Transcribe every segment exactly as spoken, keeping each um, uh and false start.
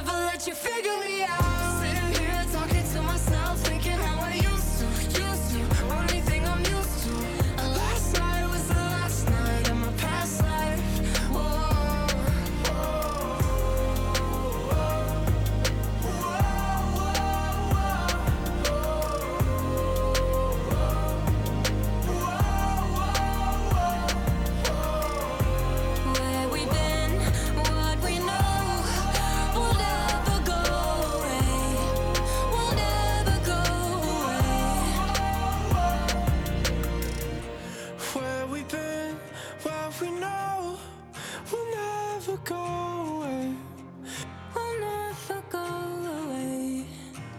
never let you figure me out. Sitting here talking to myself, thinking how I used to, used to. Only thing I'm used to. And last night was the last night of my past life. Whoa, whoa, whoa, whoa, whoa. Where we been, what we know, we'll never go away. We'll never go away. Where we been, what we know, we'll never go away. We'll never go away.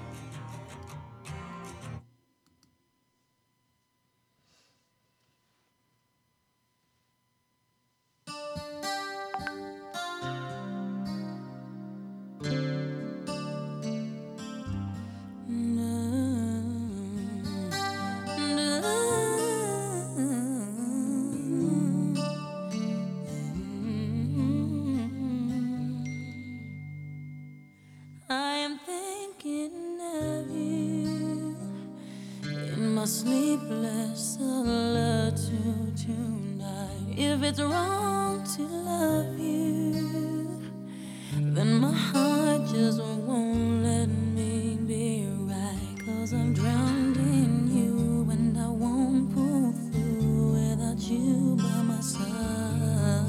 I am thinking of you in my sleepless solitude tonight. If it's wrong to love you, then my heart just won't let me be right. 'Cause I'm drowned in you and I won't pull through without you by my side.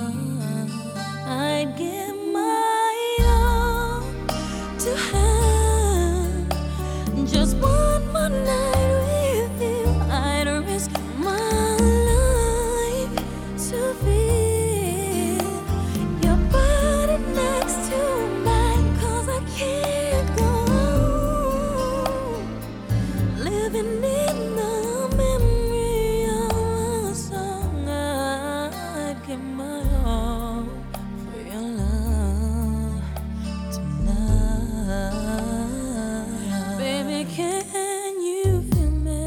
I'd give my all to have just one more night with you. I'd risk my life to feel your body next to mine. 'Cause I can't go on living in the memory of a song. I'd give my all for your love tonight. Baby, can you feel me?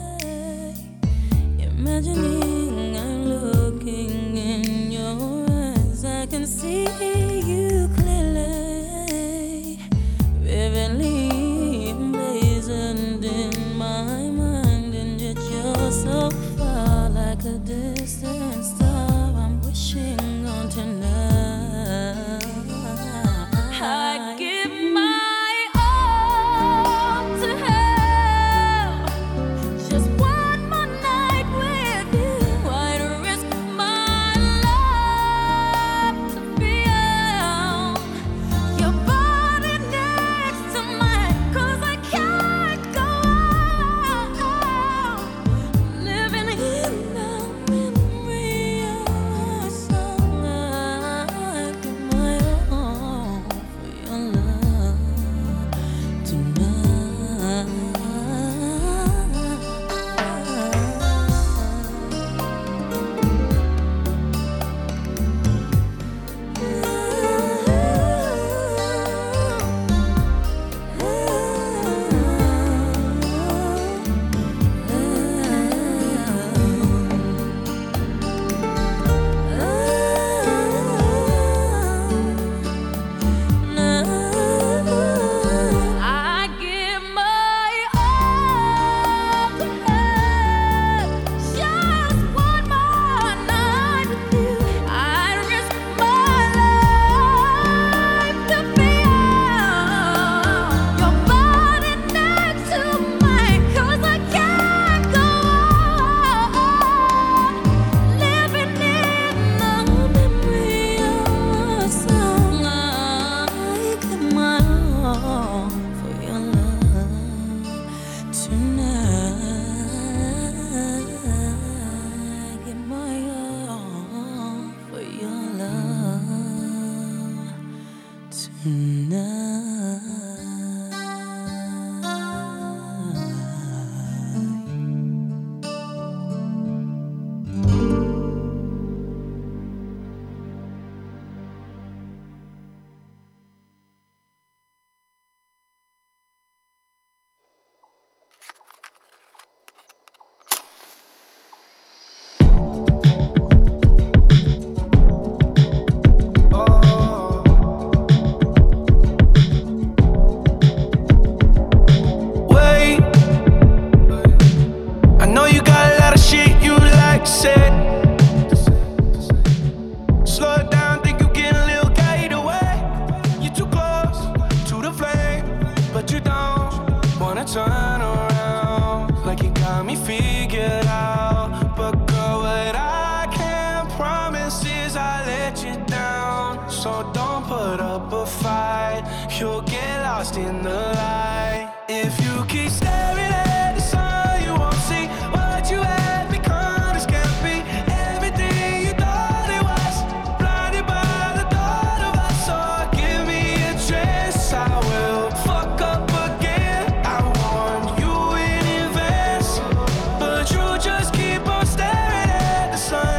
Imagining I'm looking in your eyes. I can see you clearly, vividly emblazoned in my mind. And yet you're so far, like a distant star I'm wishing on tonight. I give my all to have just one more night with you. I'd risk my life to feel lost in the light. If you keep staring at the sun, you won't see what you had become. This can't be everything you thought it was. Blinded by the thought of us. So give me a chance, I will fuck up again. I warned you in advance, but you just keep on staring at the sun.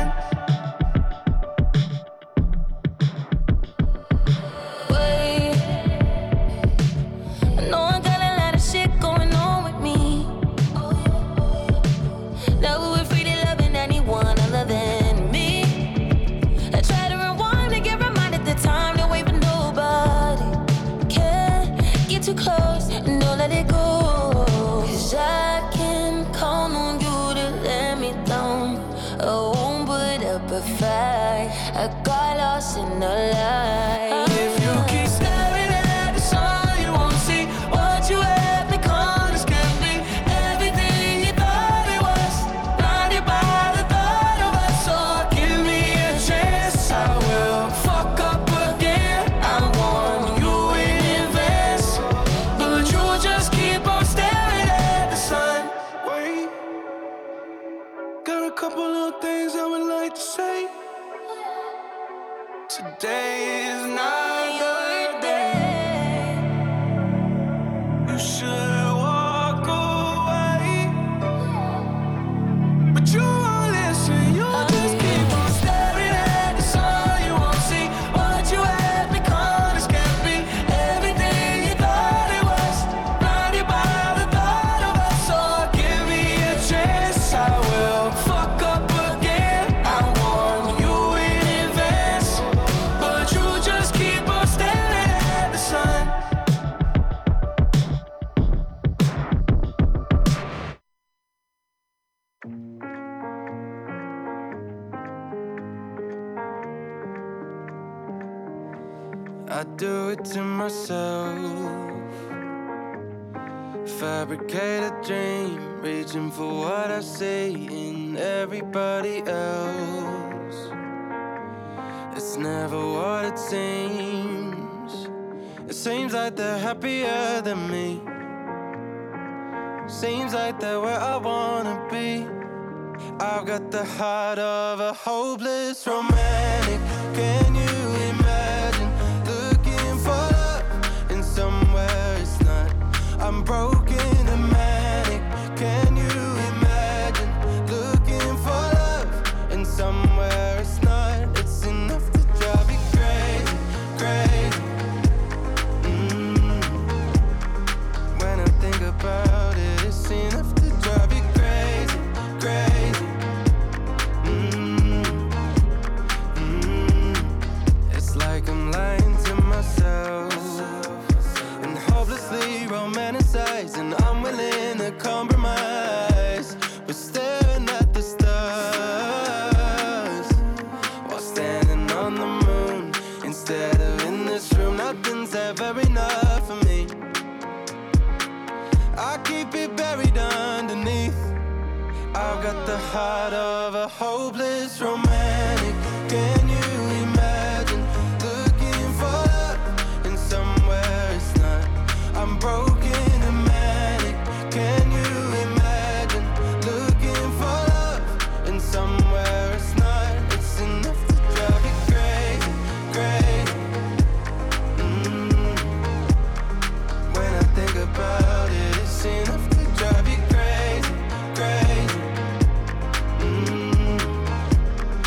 Too close and don't let it go, 'cause I can count on you to let me down. I won't put up a fight. I got lost in the light. If you keep staring at the sun, you won't see what you have become. This can't be everything you thought it was. Blinded by the thought of us. So give me a chance, I will fuck up again. I warn you in advance, but you just keep on staring at the sun. Wait, got a couple little things I would like to say. Today is not your day. You should walk away, but you won't listen. You'll just keep on staring at the sun. You won't see what you have become. This can't be everything you thought it was. Blinded by the thought of us. So give me a chance, I will fuck up again. I warn you in advance, but you just keep on staring at the sun. I do it to myself. Fabricate a dream, reaching for what I see in everybody else. It's never what it seems. It seems like they're happier than me. Seems like they're where I wanna be. I've got the heart of a hopeless romantic. Can you imagine looking for love in somewhere it's not? I'm broken and manic. Can you imagine looking for love in somewhere it's not? It's enough to drive you crazy, crazy. Mm. When I think about it, it's enough to drive you crazy, crazy. Mm. Mm. It's like I'm lying to myself and hopelessly romanticizing. I'm willing to compromise, but staring at the stars while standing on the moon instead of in this room. Nothing's ever enough for me. I keep it buried underneath. I've got the heart of a hopeless romantic. Can you imagine looking for love in somewhere it's not? I'm broken and manic. Can you imagine looking for love in somewhere it's not? It's enough to drive you crazy, crazy. Mm. When I think about it, it's enough to drive you crazy, crazy. Mm.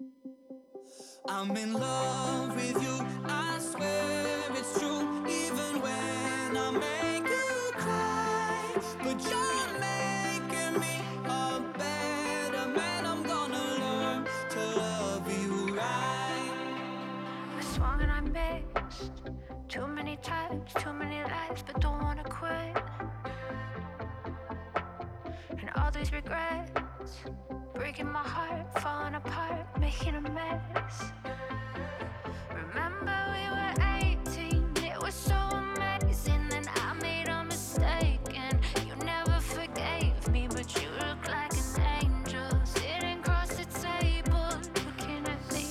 I'm in love with you, I swear it's true. Even when I make you cry, but you're making me a better man. I'm gonna learn to love you right. I swung and I missed too many times, too many lives, but don't wanna quit. And all these regrets, breaking my heart, falling apart, making a mess. Remember we were eighteen, it was so amazing. Then I made a mistake and you never forgave me. But you look like an angel, sitting across the table, looking at me.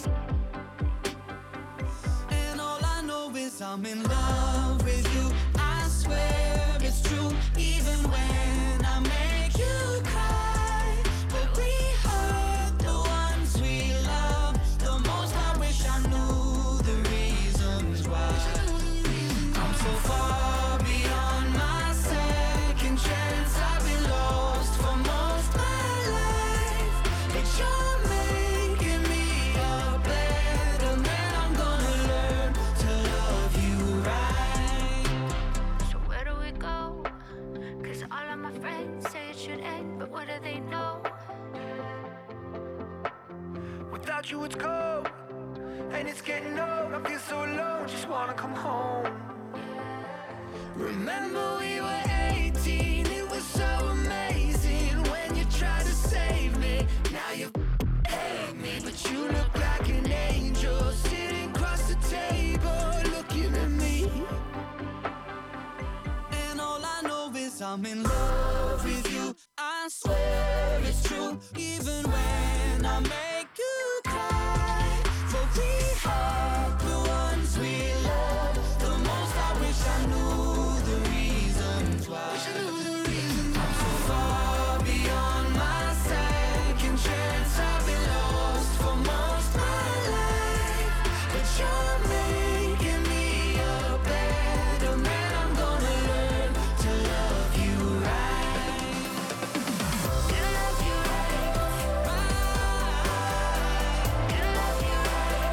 And all I know is I'm in love with you, I swear it's true. Even when I make you cry, but we hurt the ones we love the most. I wish I knew the reasons why. I'm so far beyond my second chance. I've been lost for most my life, but you're making me a better man. I'm gonna learn to love you right. So where do we go? Cause all of my friends say it should end, but what do they know? Without you it's cold, and it's getting old. I feel so alone, just wanna come home. Remember we were eighteen, it was so amazing when you tried to save me. Now you hate me, but you look like an angel, sitting across the table, looking at me. And all I know is I'm in love with you, I swear it's true. Even when I make you cry, for we hurt the ones we love the most. I wish I knew the reasons why. I'm so far beyond my second chance. I've been lost for most my life, but you're making me a better man. I'm gonna learn to love you right. To love you right, to love you right,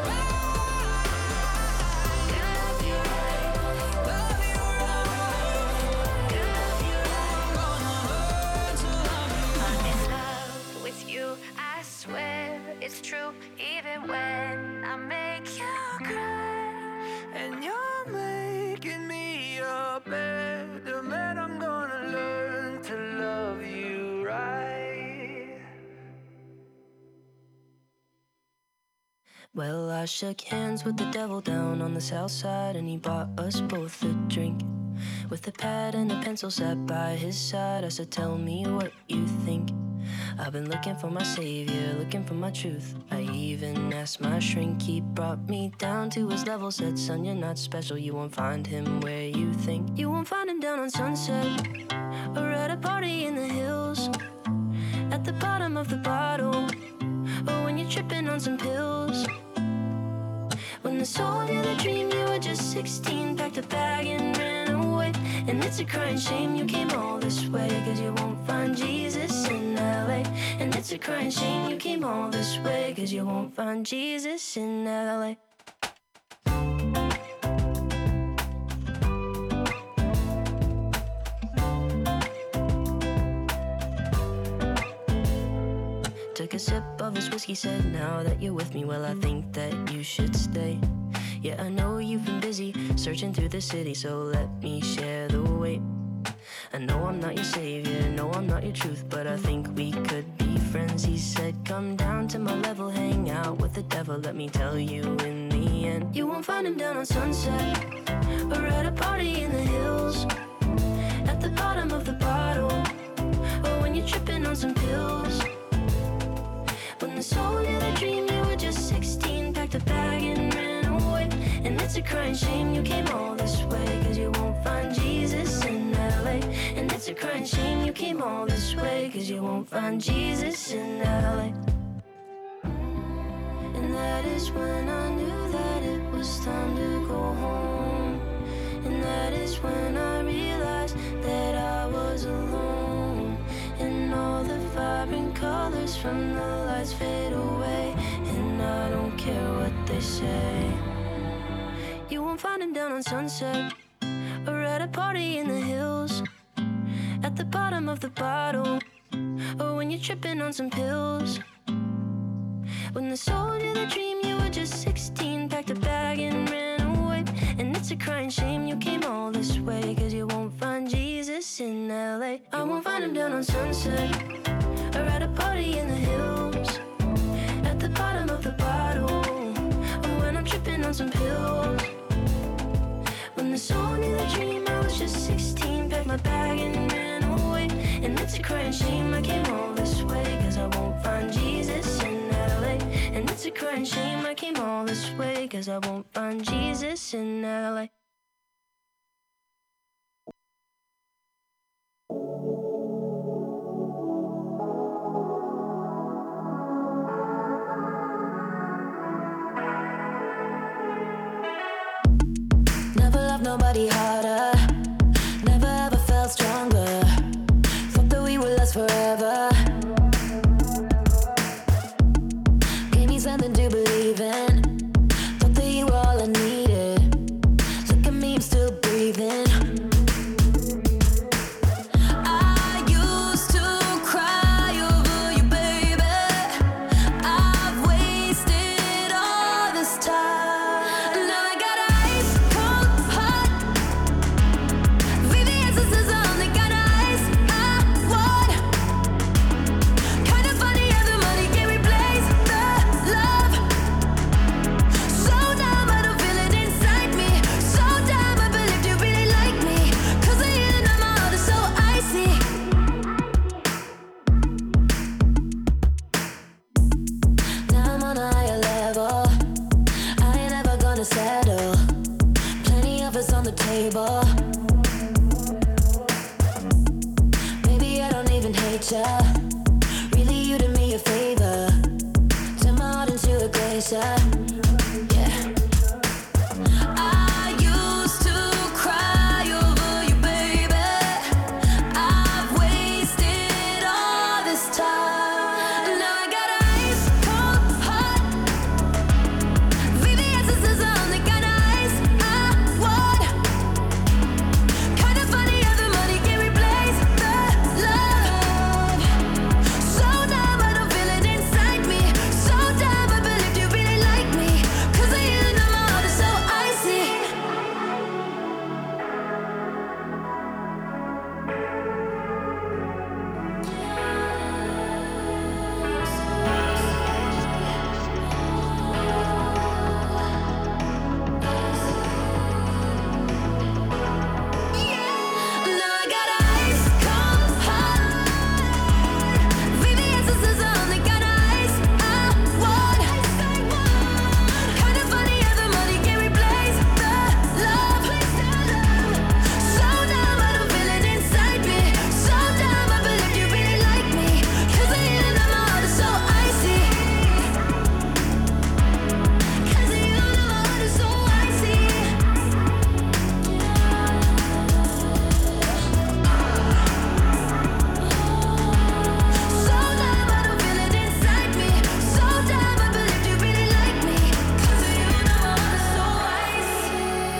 to love you right, Love you right. to love you right. Gonna learn to love you. I'm in love with you, I swear it's true. Even when I make you cry, And you're making me a better man. I'm gonna learn to love you right. Well, I shook hands with the devil down on the south side, and he bought us both a drink. With a pad and a pencil sat by his side, I said, tell me what you think. I've been looking for my savior, looking for my truth. I even asked my shrink, he brought me down to his level. Said, son, you're not special, you won't find him where you think. You won't find him down on Sunset, or at a party in the hills, at the bottom of the bottle, or when you're tripping on some pills. When I sold you the dream, you were just sixteen, packed a bag and ran away. And it's a crying shame you came all this way, cause you won't find Jesus in L A. And it's a crying shame you came all this way, cause you won't find Jesus in L A. Took a sip of his whiskey, said, now that you're with me, well, I think that you should stay. Yeah, I know you've been busy searching through the city, so let me share the weight. I know I'm not your savior, no, I'm not your truth, but I think we could be friends. He said, come down to my level, hang out with the devil. Let me tell you, in the end, you won't find him down on Sunset, or at a party in the hills, at the bottom of the bottle, or when you're tripping on some pills. When I sold you the dream, you were just sixteen, packed a bag and ran away. And it's a crying shame you came all this way, cause you won't find Jesus in L A. And it's a crying shame you came all this way, cause you won't find Jesus in L A. And that is when I knew that it was time to go home. And that is when I realized that I was alone. And all the vibrant colors from the lights fade away, won't find him down on Sunset or at a party in the hills, at the bottom of the bottle, or when you're tripping on some pills. When they sold you the dream, you were just sixteen, packed a bag and ran away. And it's a crying shame you came all this way, cause you won't find Jesus in L A. I won't find him down on Sunset or at a party in the hills, at the bottom of the bottle, or when I'm tripping on some pills. When they sold me the dream, I was just sixteen, packed my bag and ran away. And it's a crying shame I came all this way, cause I won't find Jesus in L A. And it's a crying shame I came all this way, cause I won't find Jesus in L A. Never loved nobody harder, never ever felt stronger. Thought that we would last forever. Gave me something to believe in. Thought that you were all I needed. Look at me, I'm still breathing. I used to cry over you, baby. I've wasted all this time. Now I got ice cold heart. V V S is on, they got ice. I want. Kinda funny how the money can replace the love. So dumb, I don't feel it inside me. So dumb, I believed you really like me. Cause the healing of my heart is so icy. Now I'm on a higher level. I ain't ever gonna settle. Plenty of us on the table. Maybe I don't even hate ya. Really, you did me a favor. Turn my heart into a glacier. Yeah. I used to cry over you, baby. I've wasted all this time. Now I got ice cold heart. V V S is on, they got ice. I want. Kinda funny how the money can replace the love. So dumb, I don't feel it inside me. So dumb, I believed you really like me. Cause the healing of my heart is so icy. Now I got ice cold heart. V V S is on, they got ice. I want. Kinda funny how the money can replace the love. So dumb, I don't feel it inside me. So dumb, I believed you really like me. Cause the healing of my heart is so icy. Cause the healing of my heart is so icy. So dumb, I don't feel it inside me. So dumb, I believed you really like me. Cause the healing of my heart is so icy.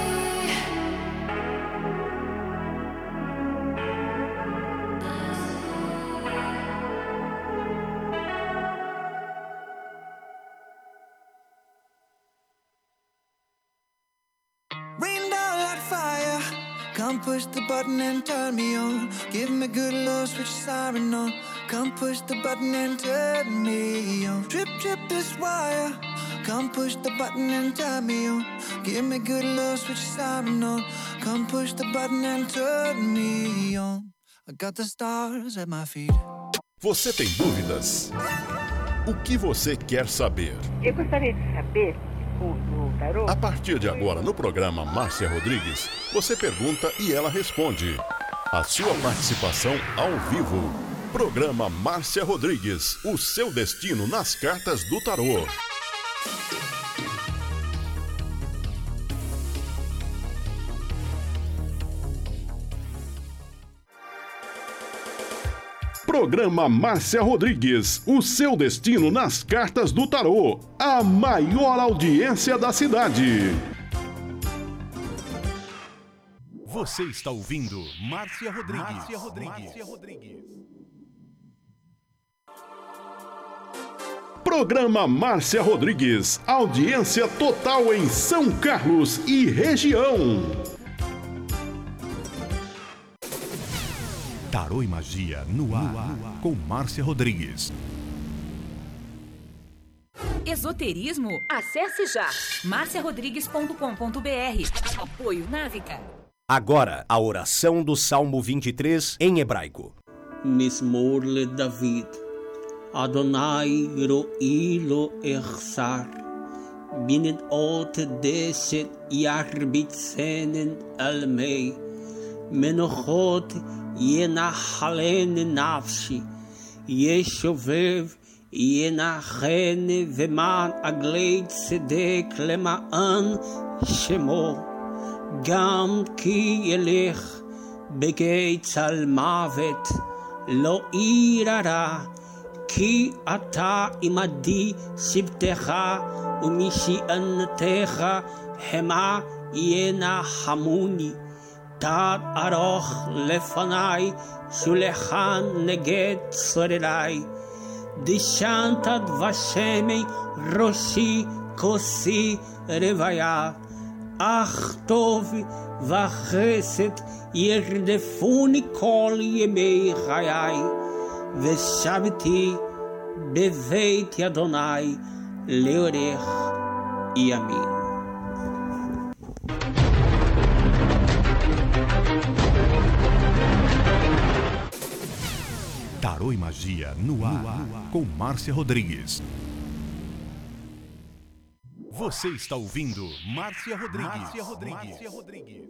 Rain down like fire. Come push the button and turn me on. Give me good love, switch siren on. Come push the button and turn me on. Trip, trip this wire. Come push the button and turn me on. Give me good love, switch siren on. Come push the button and turn me on. I got the stars at my feet. Você tem dúvidas? O que você quer saber? Eu gostaria de saber, o, o tarô, A partir de agora, no programa Márcia Rodrigues, você pergunta e ela responde. A sua participação ao vivo. Programa Márcia Rodrigues, o seu destino nas cartas do tarô. Programa Márcia Rodrigues, o seu destino nas cartas do tarô. A maior audiência da cidade. Você está ouvindo Márcia Rodrigues. Márcia Rodrigues. Márcia Rodrigues. Programa Márcia Rodrigues. Audiência total em São Carlos e região. Tarô e Magia no ar, no ar. Com Márcia Rodrigues. Esoterismo? Acesse já marcia rodrigues ponto com ponto b r. Apoio Návica. Agora, a oração do Salmo vinte e três em hebraico. Mismor le David. Adonai ro'i lo echsar. Binnen ot deset yarbit senen almei. Menochot yenachalen nafshi. Yeshovev ינחני ומען עגלי צדק למען שמו, גם כי ילך בגיא צל מוות לא ירא, כי אתה עמדי שבטך ומשענתך המה ינחמוני. תת ארוך לפני שולחן נגד צורריי. Dishantad Vashemei Roshi Kosi Revaya Ach Tov Vacheset Yerdefuni Kol Yemei Chayai Veshaviti Beveit Yadonai Leorech Yamin. Tarô e Magia no ar, no ar, com Márcia Rodrigues. Você está ouvindo Márcia Rodrigues. Márcia Rodrigues. Márcia Rodrigues.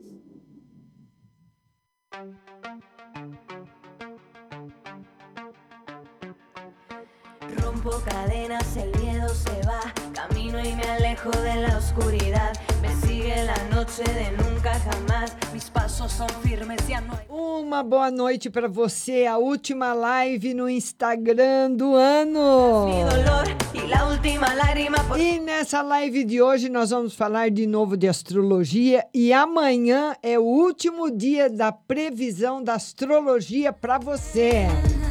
Rompo cadenas, el miedo se va, camino y me alejo de la oscuridad. Me sigue la noche de nunca jamás, mis pasos son firmes, ya no hay... Uma boa noite para você, a última live no Instagram do ano. E nessa live de hoje nós vamos falar de novo de astrologia e amanhã é o último dia da previsão da astrologia para você.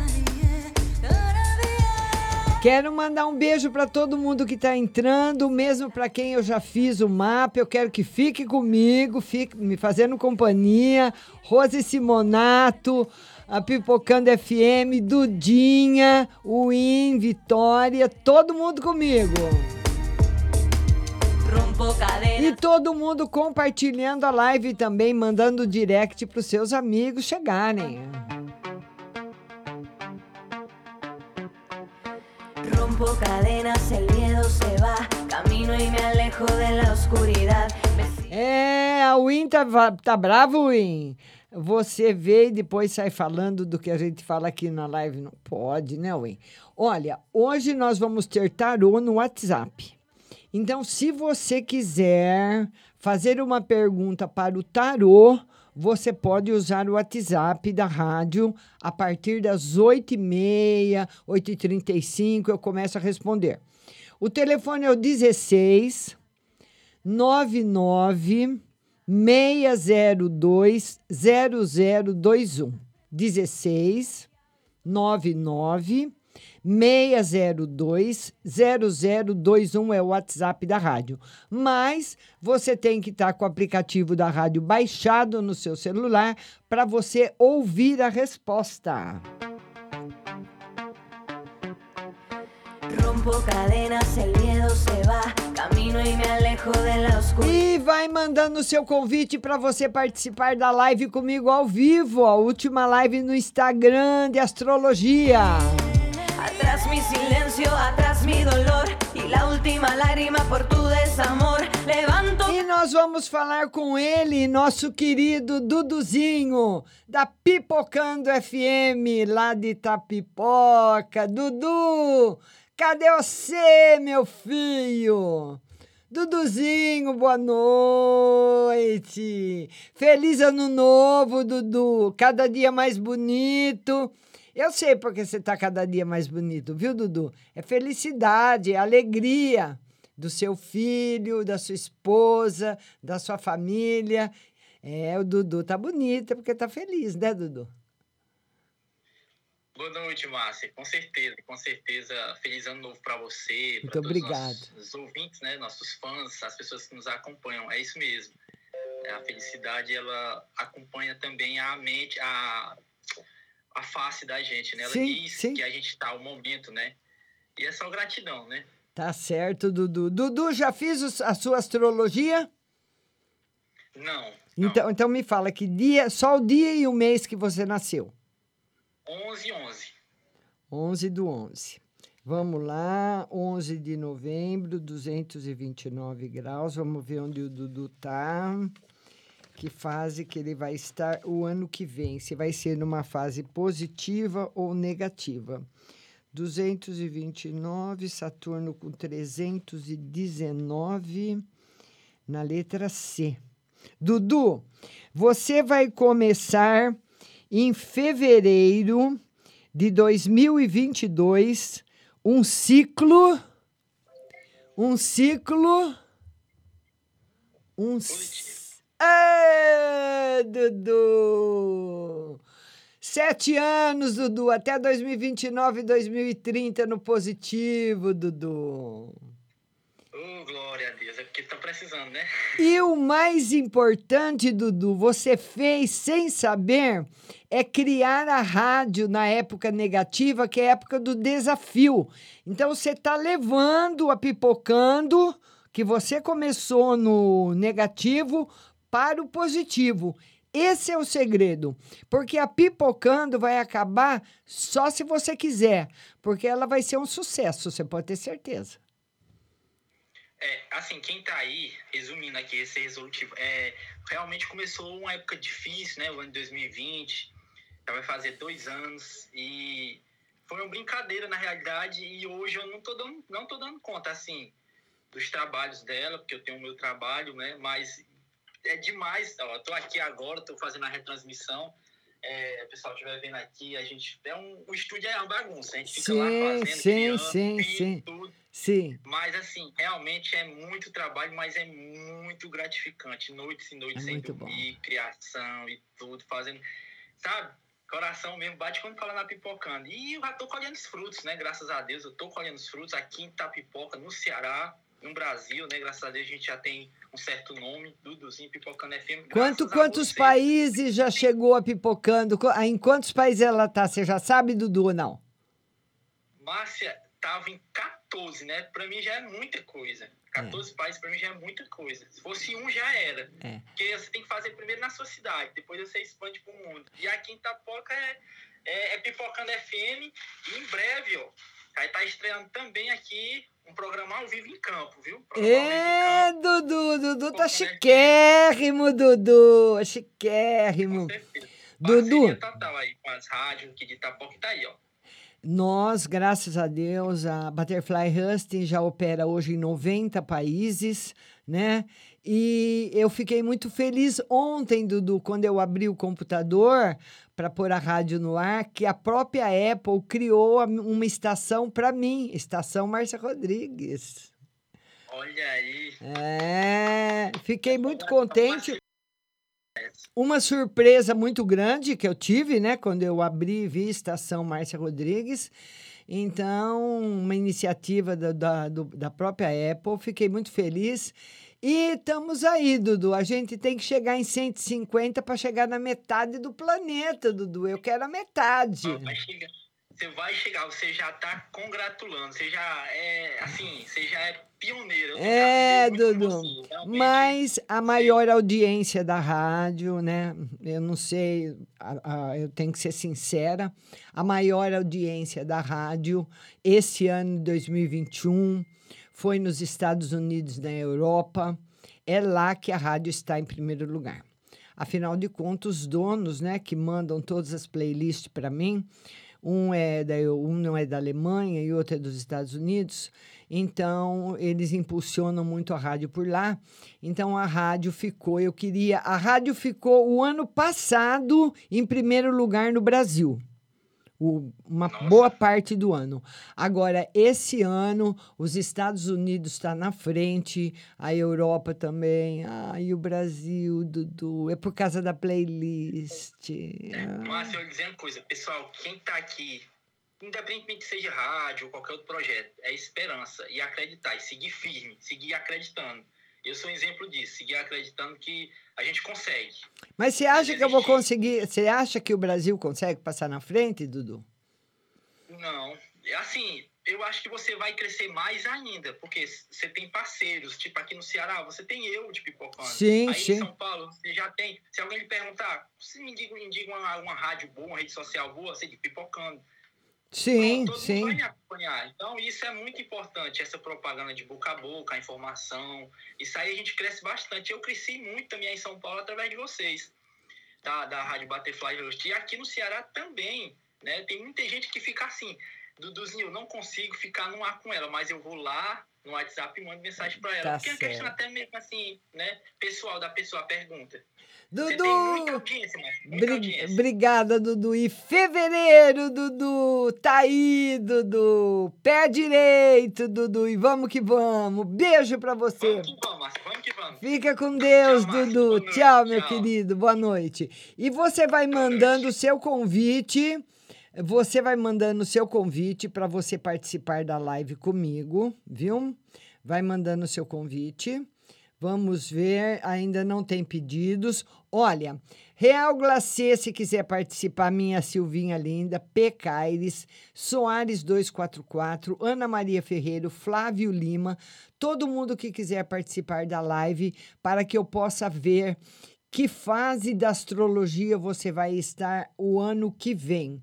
Quero mandar um beijo para todo mundo que está entrando, mesmo para quem eu já fiz o mapa. Eu quero que fique comigo, fique me fazendo companhia. Rose Simonato, a Pipocando F M, Dudinha, Win, Vitória, todo mundo comigo. E todo mundo compartilhando a live também, mandando direct para os seus amigos chegarem. Rompo cadenas, el miedo se va, camino y me alejo de la oscuridad. É, a Win tá, tá bravo, Win? Você vê e depois sai falando do que a gente fala aqui na live. Não pode, né, Win? Olha, hoje nós vamos ter tarô no WhatsApp. Então, se você quiser fazer uma pergunta para o tarô, você pode usar o WhatsApp da rádio a partir das oito e meia, oito e trinta e cinco, eu começo a responder. O telefone é o dezesseis, nove nove, seis zero dois, zero zero dois um. dezesseis, nove nove, seis zero dois, zero zero dois um é o WhatsApp da rádio. Mas você tem que estar com o aplicativo da rádio baixado no seu celular para você ouvir a resposta. Rompo cadenas, el miedo se va, camino y me alejo de la oscuridad. E vai mandando o seu convite para você participar da live comigo ao vivo, a última live no Instagram de astrologia. Atrás mi silencio, atrás mi dolor y la última lágrima por tu desamor. Levanto. E nós vamos falar com ele, nosso querido Duduzinho, da Pipocando F M, lá de Itapipoca. Dudu, cadê você, meu filho? Duduzinho, boa noite. Feliz ano novo, Dudu. Cada dia mais bonito. Eu sei porque você está cada dia mais bonito, viu, Dudu? É felicidade, é alegria do seu filho, da sua esposa, da sua família. É, o Dudu tá bonito, é porque tá feliz, né, Dudu? Boa noite, Márcia. Com certeza, com certeza. Feliz ano novo para você, Muito para todos os obrigado. nossos ouvintes, né? Nossos fãs, as pessoas que nos acompanham. É isso mesmo. A felicidade, ela acompanha também a mente, a, a face da gente, né? Ela Sim, diz sim. que a gente tá o momento, né? E é só gratidão, né? Tá certo, Dudu. Dudu, já fiz os- a sua astrologia? Não. Então, então me fala que dia, só o dia e o mês que você nasceu. onze, onze. onze do onze. Vamos lá, onze de novembro, duzentos e vinte e nove graus. Vamos ver onde o Dudu tá. Que fase que ele vai estar o ano que vem. Se vai ser numa fase positiva ou negativa. duzentos e vinte e nove, Saturno com trezentos e dezenove, na letra C. Dudu, você vai começar em fevereiro de dois mil e vinte e dois um ciclo, um ciclo, um... c- Ah, Dudu! Sete anos, Dudu, até dois mil e vinte e nove, dois mil e trinta no positivo, Dudu. Ô, glória a Deus. É porque tá precisando, né? E o mais importante, Dudu, você fez sem saber, é criar a rádio na época negativa, que é a época do desafio. Então, você está levando a Pipocando, que você começou no negativo, para o positivo. Esse é o segredo, porque a Pipocando vai acabar só se você quiser, porque ela vai ser um sucesso, você pode ter certeza. É, assim, quem tá aí, resumindo aqui esse resolutivo, é, realmente começou uma época difícil, né? O ano de dois mil e vinte, já vai fazer dois anos, e foi uma brincadeira na realidade, e hoje eu não tô dando, não tô dando conta, assim, dos trabalhos dela, porque eu tenho o meu trabalho, né? Mas é demais, ó, eu tô aqui agora, tô fazendo a retransmissão, é, o pessoal estiver vendo aqui, a gente, é um, o estúdio é uma bagunça, a gente fica lá fazendo, Sim, criando, sim, filho, sim. tudo. Sim. Mas, assim, realmente é muito trabalho, mas é muito gratificante. Noites e noites É sem muito dormir, criação e tudo, fazendo... Sabe? Coração mesmo bate quando fala na Pipocando. E eu já tô colhendo os frutos, né? Graças a Deus, eu tô colhendo os frutos aqui em Itapipoca, no Ceará, no Brasil, né? Graças a Deus a gente já tem um certo nome, Duduzinho Pipocando F M. Quanto, graças a quantos você. países já chegou a Pipocando? Qu- Em quantos países ela tá? Você já sabe, Dudu, ou não? Márcia tava em catorze, né? Pra mim já é muita coisa. catorze países pra mim já é muita coisa. Se fosse um, já era. É. Porque você tem que fazer primeiro na sua cidade, depois você expande pro mundo. E aqui em Itapoca é, é, é Pipocando F M. E em breve, ó, vai estar estreando também aqui um programa ao vivo em campo, viu? Programa ao vivo em É, campo. Dudu, Dudu tá Pipocando F M. chiquérrimo, Dudu, chiquérrimo. Dudu, Parceria total aí com as rádios aqui de Itapoca, tá aí, ó. nós, graças a Deus, a Butterfly Husting já opera hoje em noventa países, né? E eu fiquei muito feliz ontem, Dudu, quando eu abri o computador para pôr a rádio no ar, que a própria Apple criou a- uma estação para mim, Estação Márcia Rodrigues. Olha aí. É, fiquei muito contente. Uma surpresa muito grande que eu tive, né, quando eu abri e vi a Estação Márcia Rodrigues. Então, uma iniciativa da, da, do- da própria Apple, fiquei muito feliz. E estamos aí, Dudu. A gente tem que chegar em cento e cinquenta para chegar na metade do planeta, Dudu. Eu quero a metade. Vai chegar, você vai chegar, você já tá congratulando, você já é, assim, você já é pioneiro. Eu tenho que É, aprender muito com Dudu. você, realmente. Mas a maior audiência da rádio, né? Eu não sei, a- a- eu tenho que ser sincera. A maior audiência da rádio esse ano, dois mil e vinte e um, foi nos Estados Unidos, na Europa. É lá que a rádio está em primeiro lugar. Afinal de contas, os donos, né, que mandam todas as playlists para mim, um é da, um não é da Alemanha e outro é dos Estados Unidos. Então, eles impulsionam muito a rádio por lá. Então, a rádio ficou, eu queria... A rádio ficou o ano passado em primeiro lugar no Brasil. O, uma Nossa. boa parte do ano. Agora, esse ano, os Estados Unidos estão na frente, a Europa também, ah, e o Brasil, Dudu, é por causa da playlist. Ah. Márcia, eu vou dizer uma coisa, pessoal, quem tá aqui, independentemente que seja rádio ou qualquer outro projeto, é esperança e acreditar, e seguir firme, seguir acreditando. Eu sou um exemplo disso, seguir acreditando que a gente consegue. Mas você acha que eu vou conseguir, você acha que o Brasil consegue passar na frente, Dudu? Não, assim, eu acho que você vai crescer mais ainda, porque você tem parceiros, tipo aqui no Ceará, você tem eu de Pipocando. Sim, Aí sim. em São Paulo, você já tem, se alguém lhe perguntar, você me diga, me diga uma, uma rádio boa, uma rede social boa, você de Pipocando. Sim, Pronto, todo sim. mundo vai me acompanhar. Então, isso é muito importante, essa propaganda de boca a boca, a informação. Isso aí a gente cresce bastante. Eu cresci muito também em São Paulo através de vocês, da, da Rádio Butterfly Host. E aqui no Ceará também, né? Tem muita gente que fica assim, Duduzinho, eu não consigo ficar no ar com ela, mas eu vou lá no WhatsApp e mando mensagem para ela. Tá Porque é uma questão certo. até mesmo assim, né? Pessoal da pessoa pergunta. Dudu! Você tem muita audiência, mas muita Bri- audiência. Obrigada, Dudu. E fevereiro, Dudu. Tá aí, Dudu. Pé direito, Dudu. E vamos que vamos. Beijo pra você. Vamos que vamos, Márcia, vamos que vamos. Fica com Deus, Tchau, Márcia. Dudu. Boa noite. Tchau, meu Tchau. querido. Boa noite. E você vai mandando o seu convite. Você vai mandando o seu convite para você participar da live comigo, viu? Vai mandando o seu convite. Vamos ver, ainda não tem pedidos. Olha, Real Glacê, se quiser participar, minha Silvinha linda, P. Caires, Soares dois quatro quatro, Ana Maria Ferreiro, Flávio Lima, todo mundo que quiser participar da live para que eu possa ver que fase da astrologia você vai estar o ano que vem.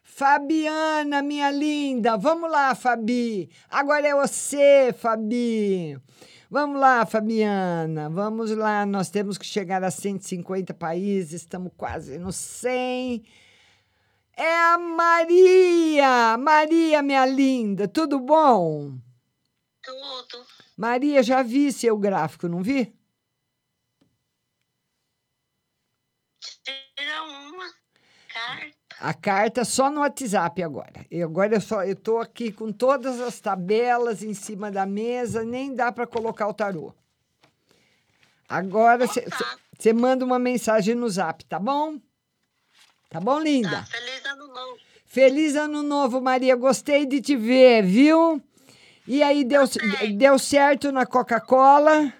Fabiana, minha linda, vamos lá, Fabi. Agora é você, Fabi. Vamos lá, Fabiana, vamos lá. Nós temos que chegar a cento e cinquenta países, estamos quase no cem. É a Maria. Maria, minha linda, tudo bom? Tudo. Maria, já vi seu gráfico, não vi? Tira uma carta. A carta só no WhatsApp agora. E agora eu só eu tô aqui com todas as tabelas em cima da mesa, nem dá para colocar o tarô. Agora você manda uma mensagem no Zap, tá bom? Tá bom, linda? Tá, feliz ano novo. Feliz ano novo, Maria. Gostei de te ver, viu? E aí, deu, deu certo na Coca-Cola?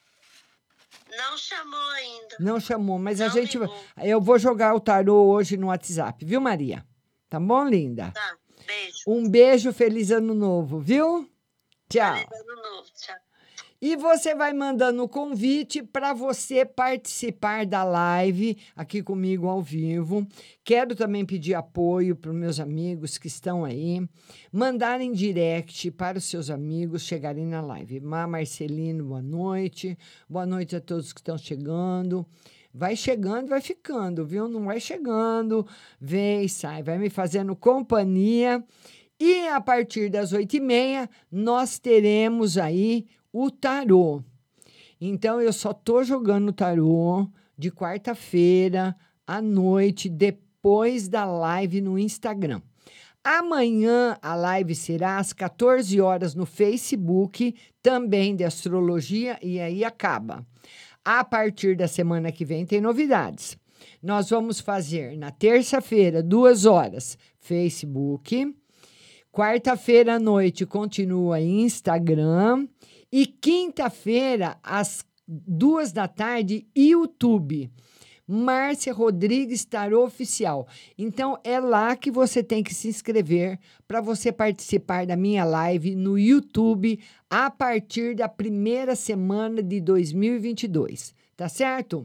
Não chamou ainda. Não chamou, mas a Não gente. ligou. Eu vou jogar o tarô hoje no WhatsApp, viu, Maria? Tá bom, linda? Tá, beijo. Um beijo, feliz ano novo, viu? Tchau. Feliz ano novo, tchau. E você vai mandando o convite para você participar da live aqui comigo ao vivo. Quero também pedir apoio para os meus amigos que estão aí. Mandarem direct para os seus amigos chegarem na live. Má Marcelino, boa noite. Boa noite a todos que estão chegando. Vai chegando, vai ficando, viu? Não vai chegando, vem e sai. Vai me fazendo companhia. E a partir das oito e meia, nós teremos aí o tarô. Então, eu só tô jogando tarô de quarta-feira à noite, depois da live no Instagram. Amanhã, a live será às quatorze horas no Facebook, também de astrologia, e aí acaba. A partir da semana que vem tem novidades. Nós vamos fazer na terça-feira, duas horas, Facebook. Quarta-feira à noite continua Instagram. E quinta-feira, às duas da tarde, YouTube. Márcia Rodrigues Tarô Oficial. Então, é lá que você tem que se inscrever para você participar da minha live no YouTube a partir da primeira semana de dois mil e vinte e dois. Tá certo?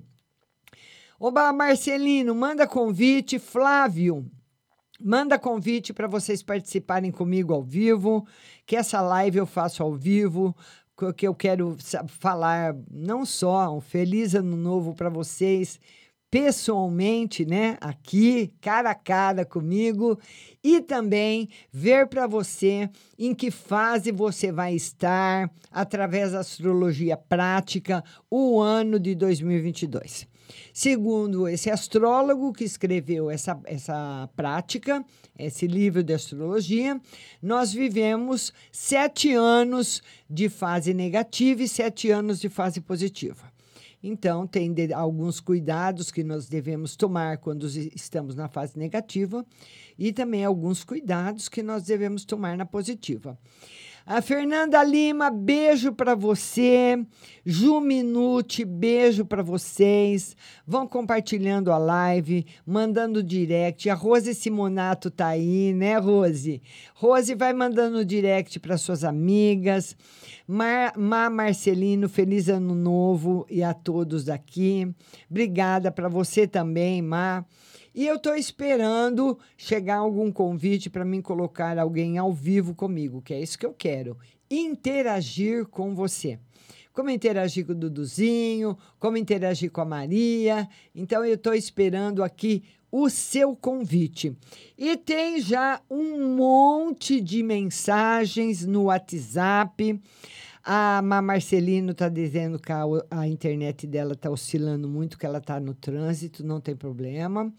Oba, Marcelino, manda convite. Flávio, manda convite para vocês participarem comigo ao vivo, que essa live eu faço ao vivo, que eu quero falar não só um feliz ano novo para vocês, pessoalmente, né, aqui, cara a cara comigo, e também ver para você em que fase você vai estar através da astrologia prática o ano de dois mil e vinte e dois. Segundo esse astrólogo que escreveu essa, essa prática, esse livro de astrologia, nós vivemos sete anos de fase negativa e sete anos de fase positiva. Então, tem de, alguns cuidados que nós devemos tomar quando estamos na fase negativa e também alguns cuidados que nós devemos tomar na positiva. A Fernanda Lima, beijo para você. Ju Minuti, beijo para vocês. Vão compartilhando a live, mandando direct. A Rose Simonato tá aí, né, Rose? Rose, vai mandando direct para suas amigas. Mar, Mar Marcelino, feliz ano novo e a todos daqui. Obrigada para você também, Mar. E eu estou esperando chegar algum convite para mim colocar alguém ao vivo comigo, que é isso que eu quero, interagir com você. Como interagir com o Duduzinho, como interagir com a Maria. Então, eu estou esperando aqui o seu convite. E tem já um monte de mensagens no WhatsApp. A Má Marcelino está dizendo que a, a internet dela está oscilando muito, que ela está no trânsito, não tem problema.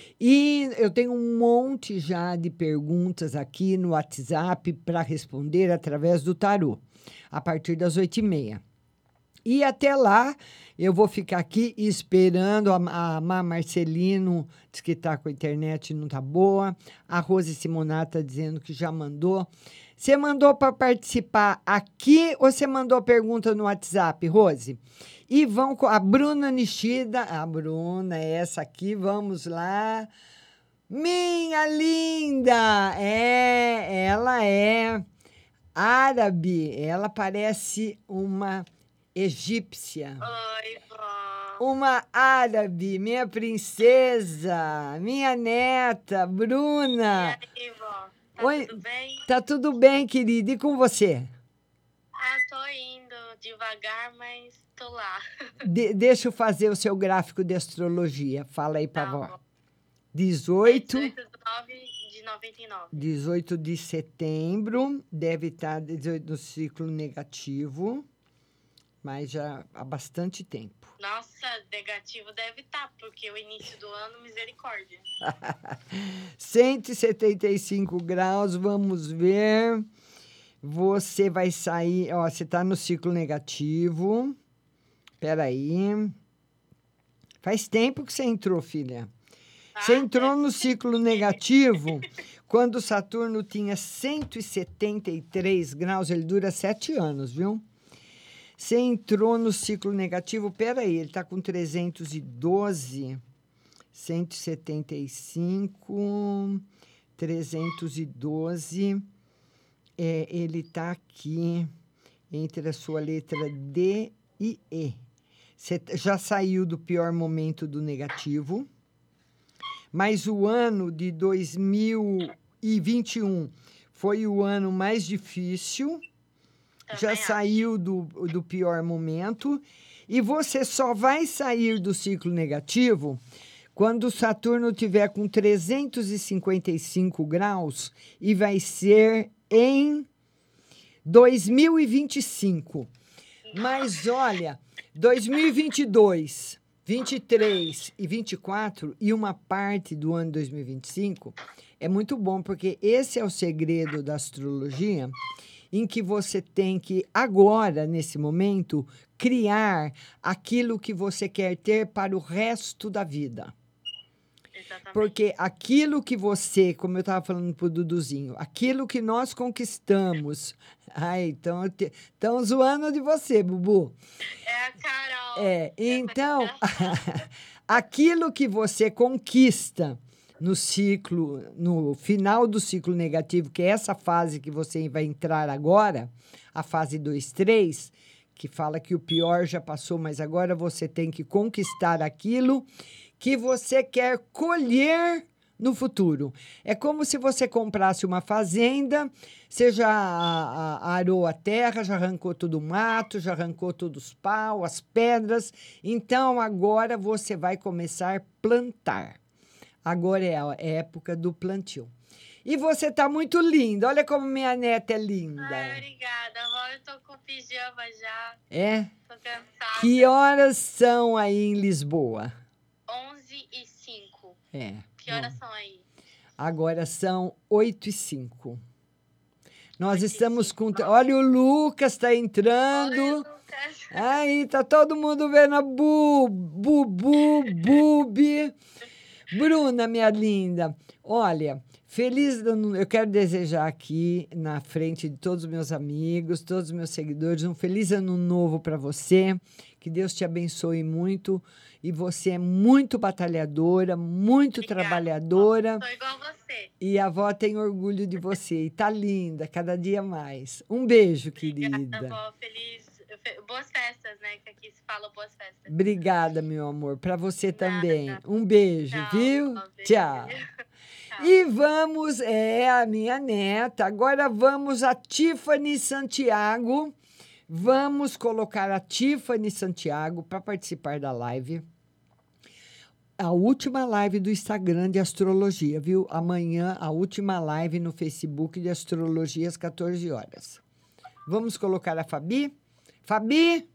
E eu tenho um monte já de perguntas aqui no WhatsApp para responder através do tarô, a partir das oito e meia. E até lá, eu vou ficar aqui esperando. A, a Má Marcelino diz que está com a internet não está boa. A Rose Simonato está dizendo que já mandou. Você mandou para participar aqui ou você mandou a pergunta no WhatsApp, Rose? E vão com a Bruna Nishida. A Bruna, essa aqui, vamos lá. Minha linda! É, ela é árabe. Ela parece uma egípcia. Oi, vó. Uma árabe, minha princesa, minha neta, Bruna. E aí, vó? Tá Oi, tudo bem? Tá tudo bem, querida. E com você? Ah, tô indo devagar, mas tô lá. De, deixa eu fazer o seu gráfico de astrologia. Fala aí pra Tá vó. bom. dezoito, dezoito de nove de noventa e nove. dezoito de setembro, deve estar dezoito no ciclo negativo, mas já há bastante tempo. Nossa, negativo deve estar, porque o início do ano, misericórdia. cento e setenta e cinco graus, vamos ver. Você vai sair, ó, você está no ciclo negativo. Espera aí. Faz tempo que você entrou, filha. Você entrou no ciclo negativo quando Saturno tinha cento e setenta e três graus, ele dura sete anos, viu? Você entrou no ciclo negativo, peraí, ele está com trezentos e doze, cento e setenta e cinco, trezentos e doze, é, ele está aqui entre a sua letra D e E. Você já saiu do pior momento do negativo, mas o ano de dois mil e vinte e um foi o ano mais difícil. Já saiu do, do pior momento e você só vai sair do ciclo negativo quando Saturno tiver com trezentos e cinquenta e cinco graus e vai ser em dois mil e vinte e cinco. Mas olha, dois mil e vinte e dois, vinte e três e vinte e quatro e uma parte do ano dois mil e vinte e cinco é muito bom, porque esse é o segredo da astrologia, em que você tem que, agora, nesse momento, criar aquilo que você quer ter para o resto da vida. Exatamente. Porque aquilo que você, como eu estava falando para o Duduzinho, aquilo que nós conquistamos... Ai, então, estão zoando de você, Bubu. É a Carol. É, então, aquilo que você conquista no ciclo, no final do ciclo negativo, que é essa fase que você vai entrar agora, a fase dois, três, que fala que o pior já passou, mas agora você tem que conquistar aquilo que você quer colher no futuro. É como se você comprasse uma fazenda, você já arou a terra, já arrancou todo o mato, já arrancou todos os paus, as pedras, então agora você vai começar a plantar. Agora é a época do plantio. E você tá muito linda. Olha como minha neta é linda. Ai, obrigada, avó. Eu tô com pijama já. É? Tô cansada. Que horas são aí em Lisboa? onze e cinco. É. Que horas são aí? Agora são oito e cinco. Nós estamos com... Olha, o Lucas está entrando. Oi, Lucas. Aí, tá todo mundo vendo a Bu, Bubu, Bubi. Bruna, minha linda, olha, feliz ano, eu quero desejar aqui, na frente de todos os meus amigos, todos os meus seguidores, um feliz ano novo para você, que Deus te abençoe muito, e você é muito batalhadora, muito Obrigada, trabalhadora. Sou igual a você. E a avó tem orgulho de você, e tá linda, cada dia mais. Um beijo, Obrigada, querida. Avó, feliz, boas festas, né, que aqui se fala boas festas. Obrigada, meu amor. Para você Nada. também. Um beijo, Tchau, viu? beijo. Tchau. Tchau. E vamos, é a minha neta. Agora vamos a Tiffany Santiago. Vamos colocar a Tiffany Santiago para participar da live. A última live do Instagram de astrologia, viu? Amanhã, a última live no Facebook de astrologia às quatorze horas. Vamos colocar a Fabi? Fabi?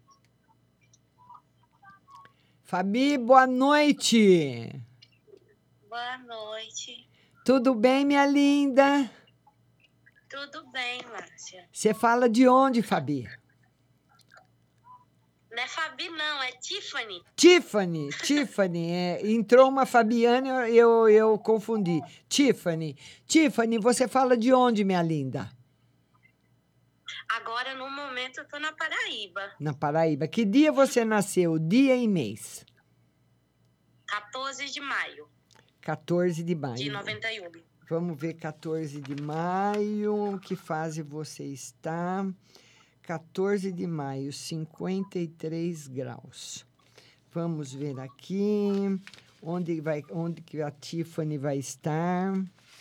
Fabi, boa noite. Boa noite. Tudo bem, minha linda? Tudo bem, Márcia. Você fala de onde, Fabi? Não é Fabi, não, é Tiffany. Tiffany, Tiffany. É, entrou uma Fabiane, eu, eu confundi. Tiffany. Tiffany, você fala de onde, minha linda? Agora, no momento, eu tô na Paraíba. Na Paraíba. Que dia você nasceu? Dia e mês? quatorze de maio. quatorze de maio. De noventa e um. Vamos ver, quatorze de maio. Que fase você está? quatorze de maio, cinquenta e três graus. Vamos ver aqui. Onde, vai, onde que a Tiffany vai estar?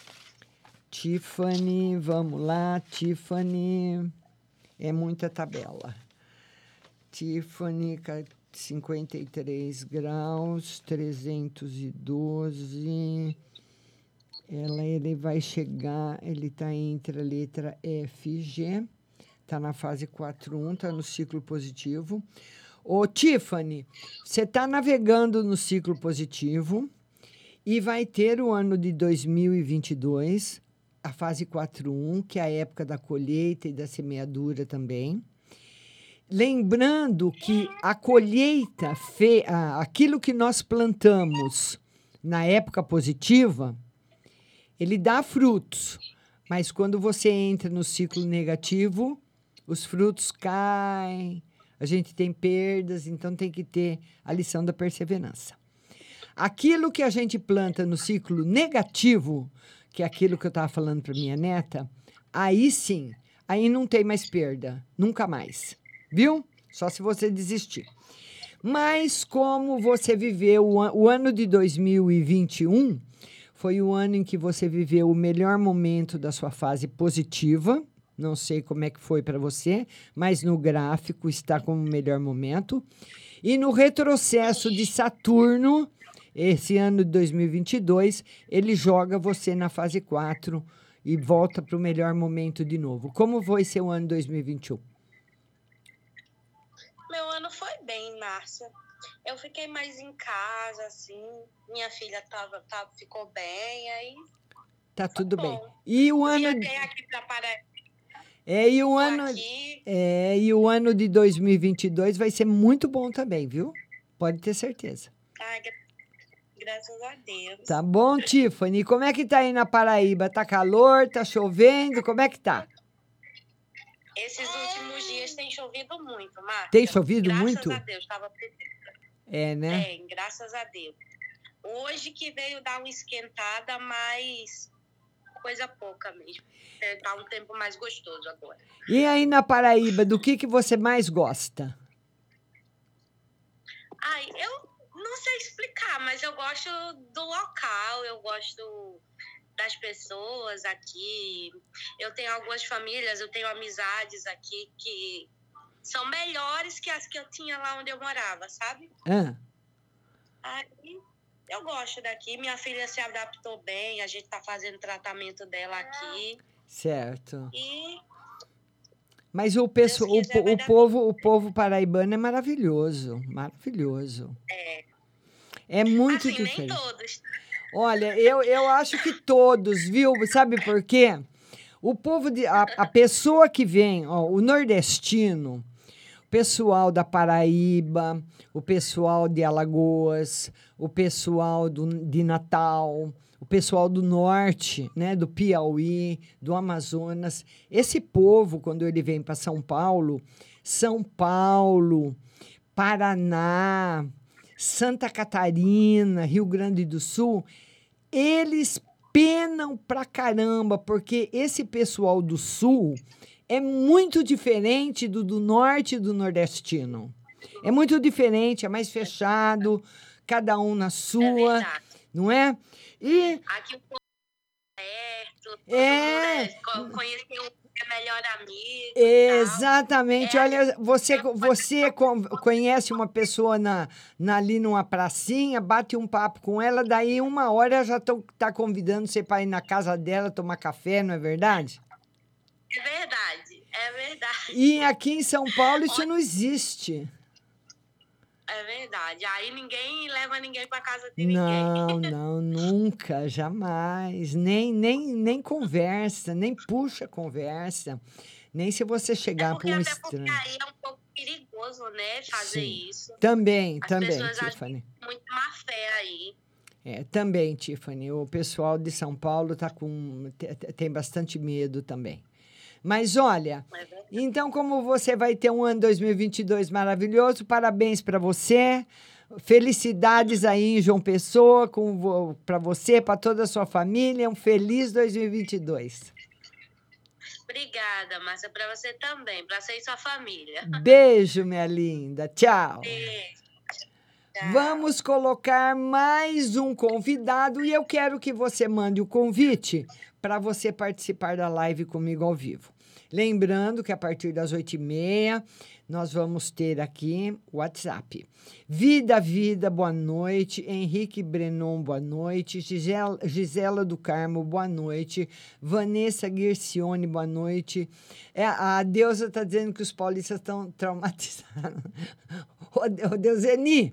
Tiffany, vamos lá, Tiffany. É muita tabela. Tiffany, cinquenta e três graus, trezentos e doze. Ela, ele vai chegar, ele está entre a letra F e G. Está na fase quatro um, está no ciclo positivo. Ô, Tiffany, você está navegando no ciclo positivo e vai ter o ano de dois mil e vinte e dois, a fase quatro um, que é a época da colheita e da semeadura também. Lembrando que a colheita, fe, a, aquilo que nós plantamos na época positiva, ele dá frutos. Mas quando você entra no ciclo negativo, os frutos caem, a gente tem perdas, então tem que ter a lição da perseverança. Aquilo que a gente planta no ciclo negativo, que é aquilo que eu estava falando para minha neta, aí sim, aí não tem mais perda, nunca mais, viu? Só se você desistir. Mas como você viveu o, an- o ano de dois mil e vinte e um, foi o ano em que você viveu o melhor momento da sua fase positiva. Não sei como é que foi para você, mas no gráfico está como o melhor momento. E no retrocesso de Saturno, esse ano de dois mil e vinte e dois, ele joga você na fase quatro e volta para o melhor momento de novo. Como foi seu ano dois mil e vinte e um? Meu ano foi bem, Márcia. Eu fiquei mais em casa, assim. Minha filha tava, tava, ficou bem, aí... Tá tudo bom. bem. E o ano... Viajei aqui pra Paraíba. É, e o ano, aqui. é, e o ano de dois mil e vinte e dois vai ser muito bom também, viu? Pode ter certeza. Ai, gra- graças a Deus. Tá bom, Tiffany? Como é que tá aí na Paraíba? Tá calor? Tá chovendo? Como é que tá? Esses últimos dias tem chovido muito, Márcia. Tem chovido graças muito? Graças a Deus, estava precisando. É, né? Tem, graças a Deus. Hoje que veio dar uma esquentada, mas coisa pouca mesmo. É, tá um tempo mais gostoso agora. E aí na Paraíba, do que, que você mais gosta? Ai, eu não sei explicar, mas eu gosto do local, eu gosto das pessoas aqui. Eu tenho algumas famílias, eu tenho amizades aqui que são melhores que as que eu tinha lá onde eu morava, sabe? Ah. Aí eu gosto daqui. Minha filha se adaptou bem, a gente tá fazendo tratamento dela aqui. Certo. E Mas o, pessoal, o, po- o, povo, o povo paraibano é maravilhoso, maravilhoso. É. É muito Assim, diferente. nem todos. Olha, eu, eu acho que todos, viu? Sabe por quê? O povo, de, a, a pessoa que vem, ó, o nordestino, o pessoal da Paraíba, o pessoal de Alagoas, o pessoal do, de Natal, o pessoal do norte, né, do Piauí, do Amazonas. Esse povo, quando ele vem para São Paulo, São Paulo, Paraná, Santa Catarina, Rio Grande do Sul, eles penam pra caramba, porque esse pessoal do sul é muito diferente do do norte e do nordestino. É muito diferente, é mais fechado, cada um na sua, não é? E Aqui o povo é perto, todo É. mundo é, co- conhecer um é melhor amigo. exatamente, olha, você, você con- conhece uma pessoa na, na, ali numa pracinha, bate um papo com ela, daí uma hora já está convidando você para ir na casa dela tomar café, não é verdade? É verdade, é verdade. E aqui em São Paulo isso não existe. É verdade. Aí ninguém leva ninguém pra casa de Não, ninguém. não, nunca, jamais. Nem, nem, nem conversa, nem puxa conversa. Nem se você chegar para um Até porque estranho. aí é um pouco perigoso, né, fazer Sim. isso. Também, As também, pessoas acham Tiffany. muito má fé aí. É, também, Tiffany. O pessoal de São Paulo tá com, te- te- tem bastante medo também. Mas olha, então como você vai ter um ano dois mil e vinte e dois maravilhoso, parabéns para você. Felicidades aí em João Pessoa, para você, para toda a sua família. Um feliz dois mil e vinte e dois. Obrigada, Márcia, pra você também, pra você e sua família. Beijo, minha linda. Tchau. Beijo. Vamos colocar mais um convidado e eu quero que você mande o convite para você participar da live comigo ao vivo. Lembrando que a partir das oito e meia nós vamos ter aqui o WhatsApp. Vida, Vida, boa noite. Henrique Brenon, boa noite. Gisela, Gisela do Carmo, boa noite. Vanessa Guircione, boa noite. É, a Deusa está dizendo que os paulistas estão traumatizados. Ô, Deuseni,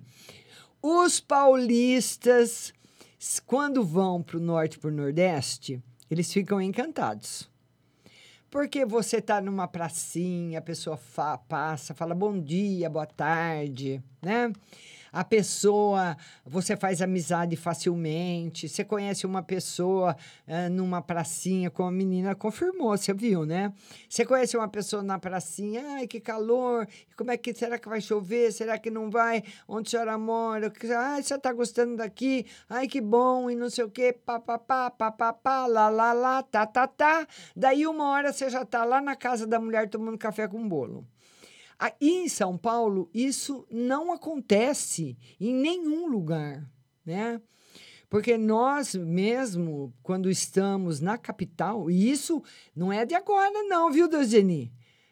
os paulistas, quando vão para o norte e para o nordeste, eles ficam encantados. Porque você está numa pracinha, a pessoa fa- passa, fala bom dia, boa tarde, né? A pessoa, você faz amizade facilmente. Você conhece uma pessoa ah, numa pracinha, como a menina confirmou, você viu, né? Você conhece uma pessoa na pracinha, ai, que calor, como é que, será que vai chover, será que não vai? Onde a senhora mora? Ai, você está gostando daqui? Ai, que bom, e não sei o quê, pá, pá, pá, pá, pá, pá, lá, lá, lá, tá, tá, tá. Daí uma hora você já está lá na casa da mulher tomando café com bolo. Aí em São Paulo, isso não acontece em nenhum lugar, né? Porque nós mesmo, quando estamos na capital, e isso não é de agora não, viu, Deuseni?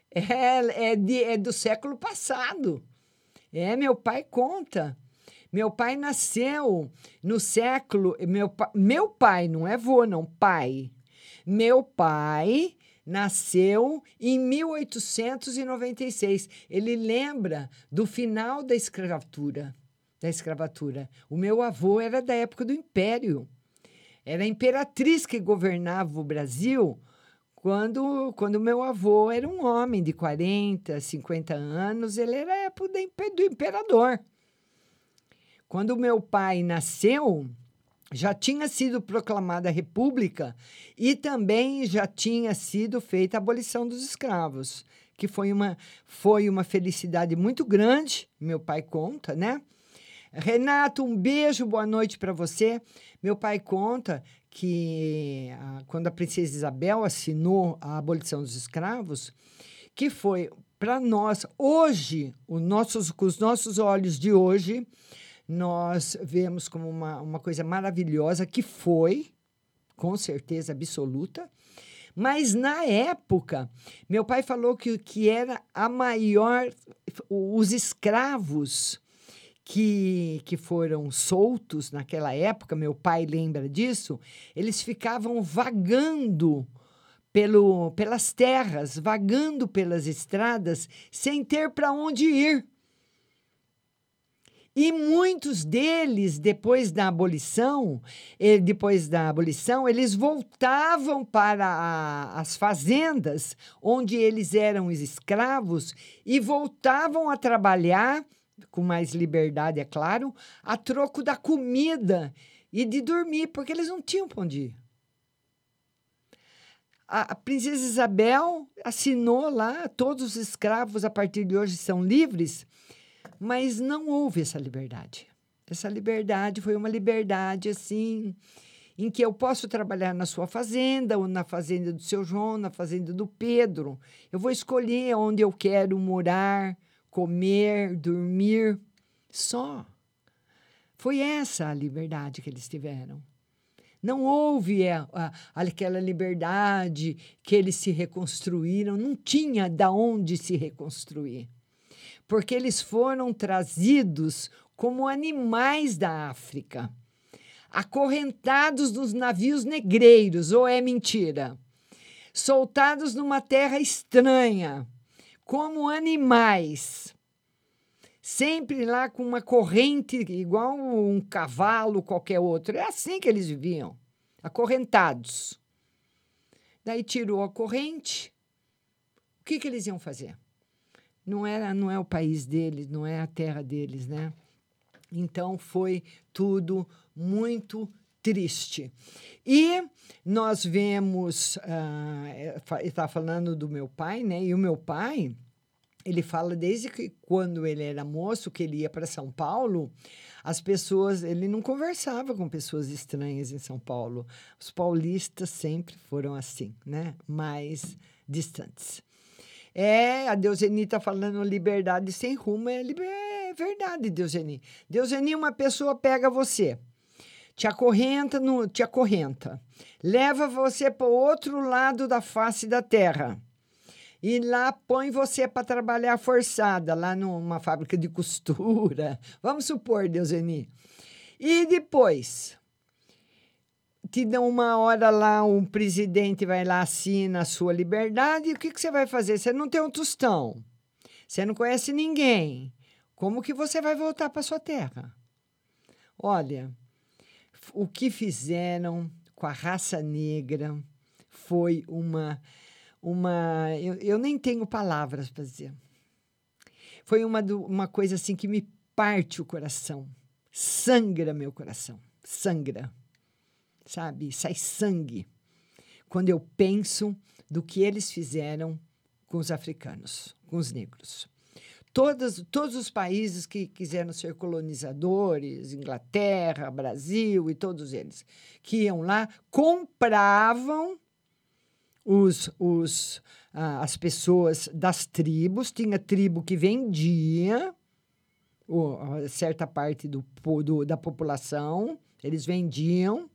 É, é, de, é do século passado. É, meu pai conta. Meu pai nasceu no século... Meu, pa- meu pai, não é vô, não, pai. Meu pai... nasceu em mil oitocentos e noventa e seis. Ele lembra do final da escravatura. Da escravatura. O meu avô era da época do Império. Era a imperatriz que governava o Brasil quando quando meu avô era um homem de quarenta, cinquenta anos. Ele era a época do impe- do imperador. Quando meu pai nasceu, já tinha sido proclamada a República e também já tinha sido feita a abolição dos escravos, que foi uma, foi uma felicidade muito grande, meu pai conta, né? Renato, um beijo, boa noite para você. Meu pai conta que ah, quando a princesa Isabel assinou a abolição dos escravos, que foi para nós, hoje, os nossos, com os nossos olhos de hoje, nós vemos como uma, uma coisa maravilhosa, que foi, com certeza absoluta, mas na época, meu pai falou que, que era a maior, os escravos que, que foram soltos naquela época, meu pai lembra disso, eles ficavam vagando pelo, pelas terras, vagando pelas estradas, sem ter para onde ir. E muitos deles, depois da abolição, eh, depois da abolição, eles voltavam para a, as fazendas onde eles eram escravos e voltavam a trabalhar, com mais liberdade, é claro, a troco da comida e de dormir, porque eles não tinham para onde ir. A, a princesa Isabel assinou lá, todos os escravos a partir de hoje são livres, mas não houve essa liberdade. Essa liberdade foi uma liberdade, assim, em que eu posso trabalhar na sua fazenda, ou na fazenda do seu João, na fazenda do Pedro. Eu vou escolher onde eu quero morar, comer, dormir, só. Foi essa a liberdade que eles tiveram. Não houve a, a, aquela liberdade que eles se reconstruíram, não tinha de onde se reconstruir. Porque eles foram trazidos como animais da África, acorrentados nos navios negreiros, ou é mentira? Soltados numa terra estranha, como animais, sempre lá com uma corrente igual um cavalo, qualquer outro. É assim que eles viviam, acorrentados. Daí tirou a corrente, o que, que eles iam fazer? Não, era, não é o país deles, não é a terra deles, né? Então, foi tudo muito triste. E nós vemos, uh, ele está falando do meu pai, né? E o meu pai, ele fala desde que quando ele era moço, que ele ia para São Paulo, as pessoas, ele não conversava com pessoas estranhas em São Paulo. Os paulistas sempre foram assim, né? Mais distantes. É, a Deuseni está falando liberdade sem rumo, é, liber... é verdade, Deuseni. Deuseni, uma pessoa pega você, te acorrenta, no... te acorrenta, leva você para o outro lado da face da terra e lá põe você para trabalhar forçada, lá numa fábrica de costura, vamos supor, Deuseni. E depois te dão uma hora lá, um presidente vai lá, assina a sua liberdade, e o que, que você vai fazer? Você não tem um tostão, você não conhece ninguém. Como que você vai voltar para sua terra? Olha, o que fizeram com a raça negra foi uma... uma eu, eu nem tenho palavras para dizer. Foi uma, do, uma coisa assim que me parte o coração. Sangra meu coração, sangra. Sabe, sai sangue quando eu penso do que eles fizeram com os africanos, com os negros. Todos, todos os países que quiseram ser colonizadores, Inglaterra, Brasil e todos eles, que iam lá, compravam os, os, ah, as pessoas das tribos, tinha tribo que vendia ou, certa parte do, do, da população, eles vendiam,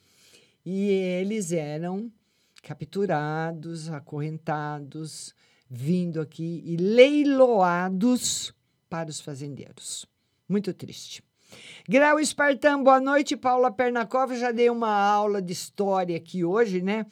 e eles eram capturados, acorrentados, vindo aqui e leiloados para os fazendeiros. Muito triste. Grau Espartano, boa noite. Paula Pernakov, já dei uma aula de história aqui hoje, né?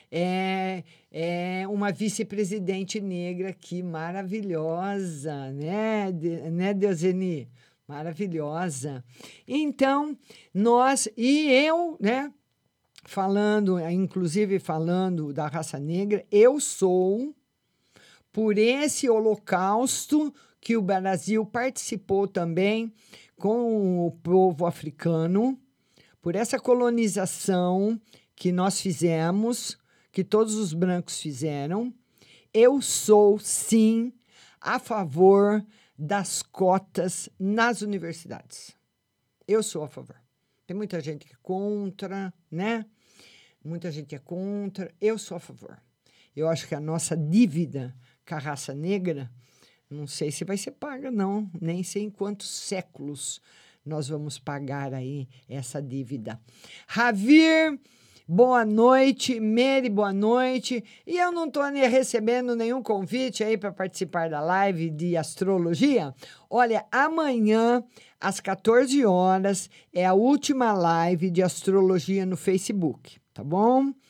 É, é uma vice-presidente negra aqui, maravilhosa, né, De, né, Deuseni? Maravilhosa. Então, nós, e eu, né? Falando, inclusive falando da raça negra, eu sou por esse holocausto que o Brasil participou também com o povo africano, por essa colonização que nós fizemos, que todos os brancos fizeram, eu sou, sim, a favor das cotas nas universidades. Eu sou a favor. Tem muita gente que é contra, né? Muita gente é contra. Eu sou a favor. Eu acho que a nossa dívida com a raça negra, não sei se vai ser paga, não. Nem sei em quantos séculos nós vamos pagar aí essa dívida. Ravir, boa noite. Mary, boa noite. E eu não estou recebendo nenhum convite aí para participar da live de astrologia. Olha, amanhã, às quatorze horas, é a última live de astrologia no Facebook, tá bom?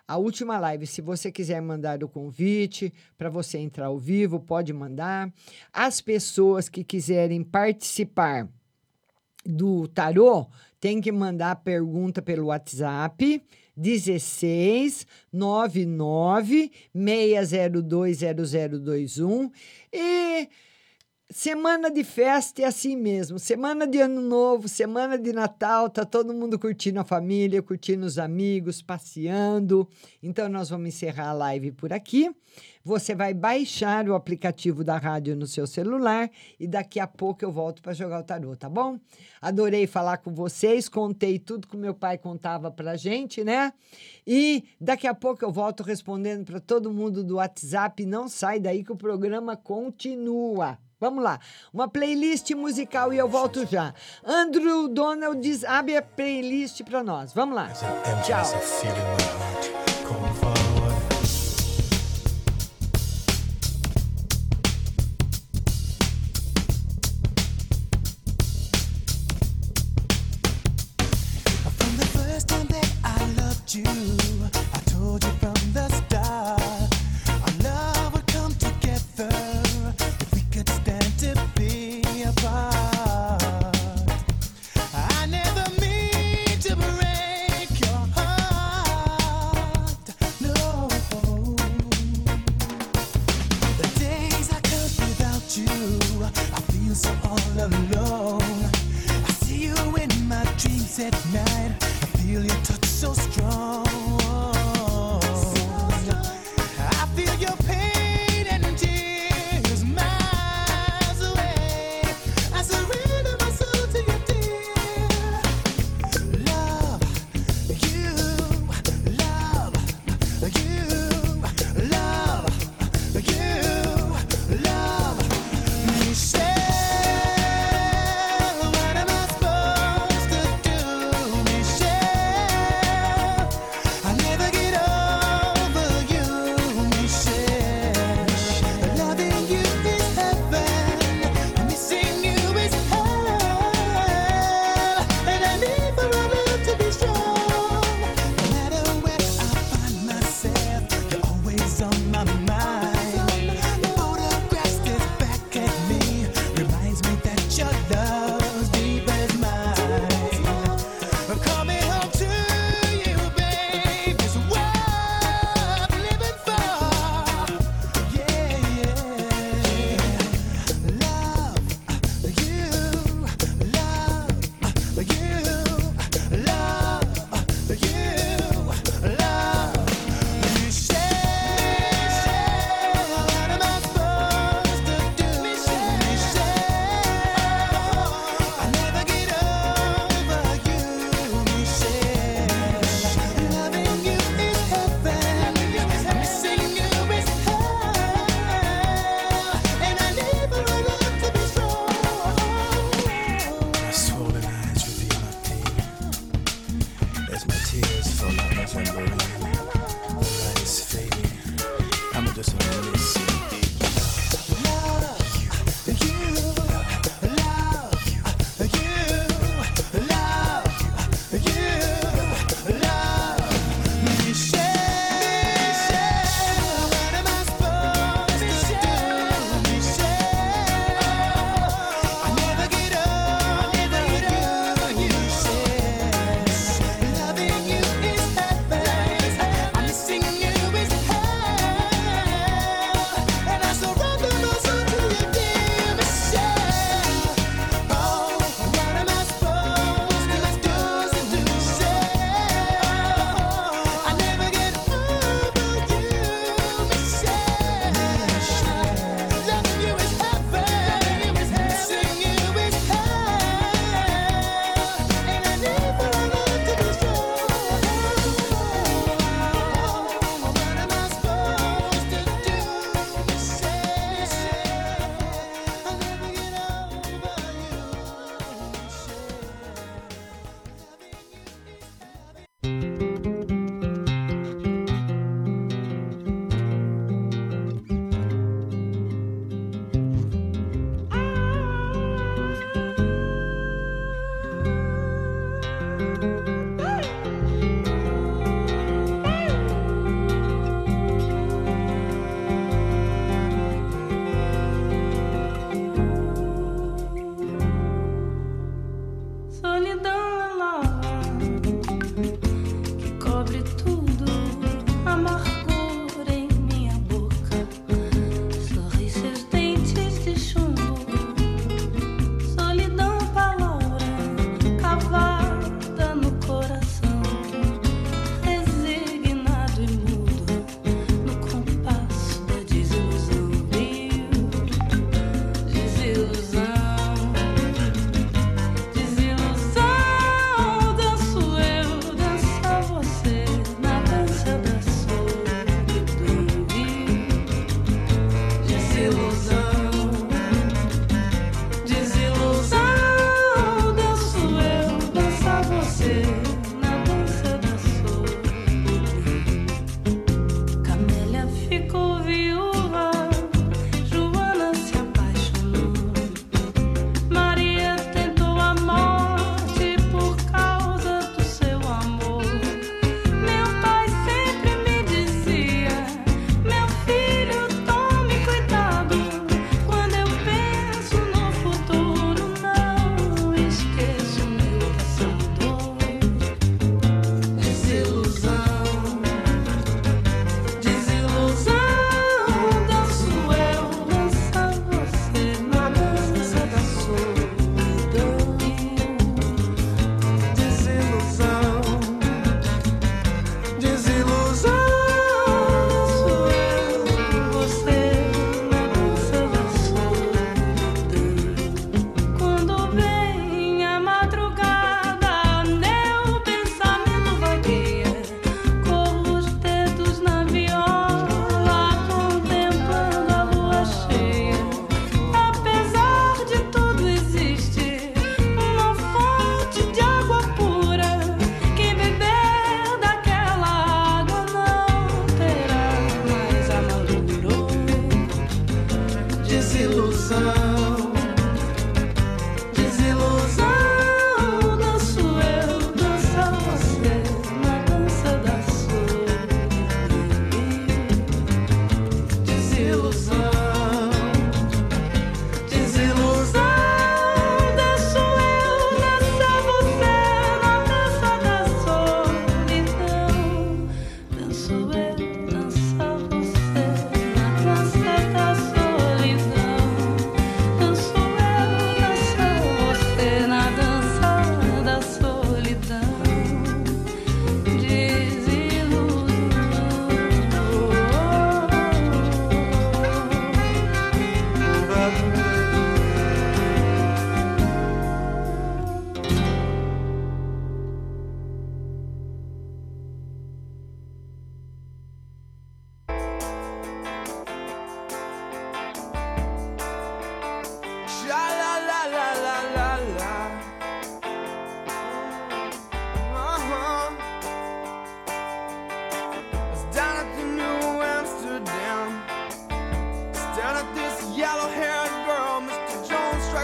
A última live, se você quiser mandar o convite para você entrar ao vivo, pode mandar. As pessoas que quiserem participar do tarô, tem que mandar a pergunta pelo WhatsApp, dezesseis nove nove seis zero dois zero zero dois um. E semana de festa é assim mesmo, semana de Ano Novo, semana de Natal, tá todo mundo curtindo a família, curtindo os amigos, passeando. Então, nós vamos encerrar a live por aqui. Você vai baixar o aplicativo da rádio no seu celular e daqui a pouco eu volto para jogar o tarô, tá bom? Adorei falar com vocês, contei tudo que meu pai contava pra gente, né? E daqui a pouco eu volto respondendo para todo mundo do WhatsApp. Não sai daí que o programa continua. Vamos lá, uma playlist musical e eu volto já. Andrew Donald diz, abre a playlist para nós. Vamos lá. Tchau. I never mean to break your heart.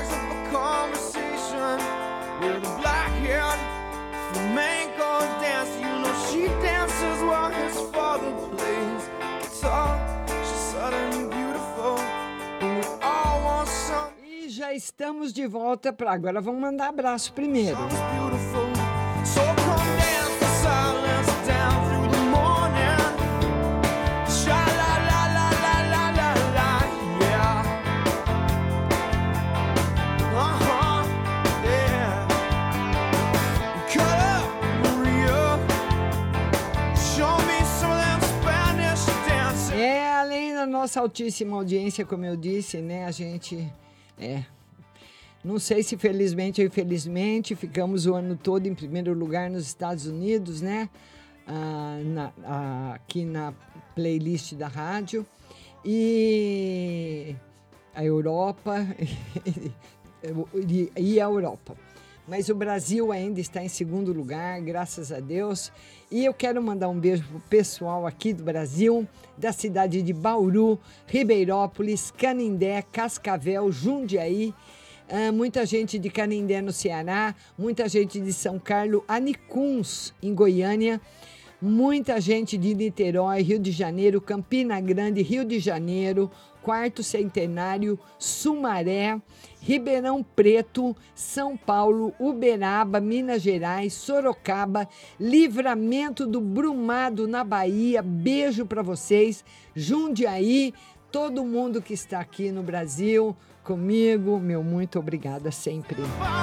strikes up a conversation with a black-haired flamenco dancer. You know she dances while his father plays guitar. She's sudden beautiful, and we all want some. E já estamos de volta para agora. Vamos mandar abraço primeiro. So come dance the silence down through the morning. Sha la la la la la la la, yeah. Uh huh, yeah. Cut up, Maria. Show me some of them Spanish dancing. É, além da nossa altíssima audiência, como eu disse, né, a gente é. Não sei se felizmente ou infelizmente, ficamos o ano todo em primeiro lugar nos Estados Unidos, né? Ah, na, ah, aqui na playlist da rádio. E a Europa e, e a Europa. Mas o Brasil ainda está em segundo lugar, graças a Deus. E eu quero mandar um beijo pro pessoal aqui do Brasil, da cidade de Bauru, Ribeirópolis, Canindé, Cascavel, Jundiaí. Uh, muita gente de Canindé, no Ceará, muita gente de São Carlos, Anicuns, em Goiânia, muita gente de Niterói, Rio de Janeiro, Campina Grande, Rio de Janeiro, Quarto Centenário, Sumaré, Ribeirão Preto, São Paulo, Uberaba, Minas Gerais, Sorocaba, Livramento do Brumado, na Bahia, beijo para vocês, Jundiaí, todo mundo que está aqui no Brasil, comigo, meu muito obrigada sempre.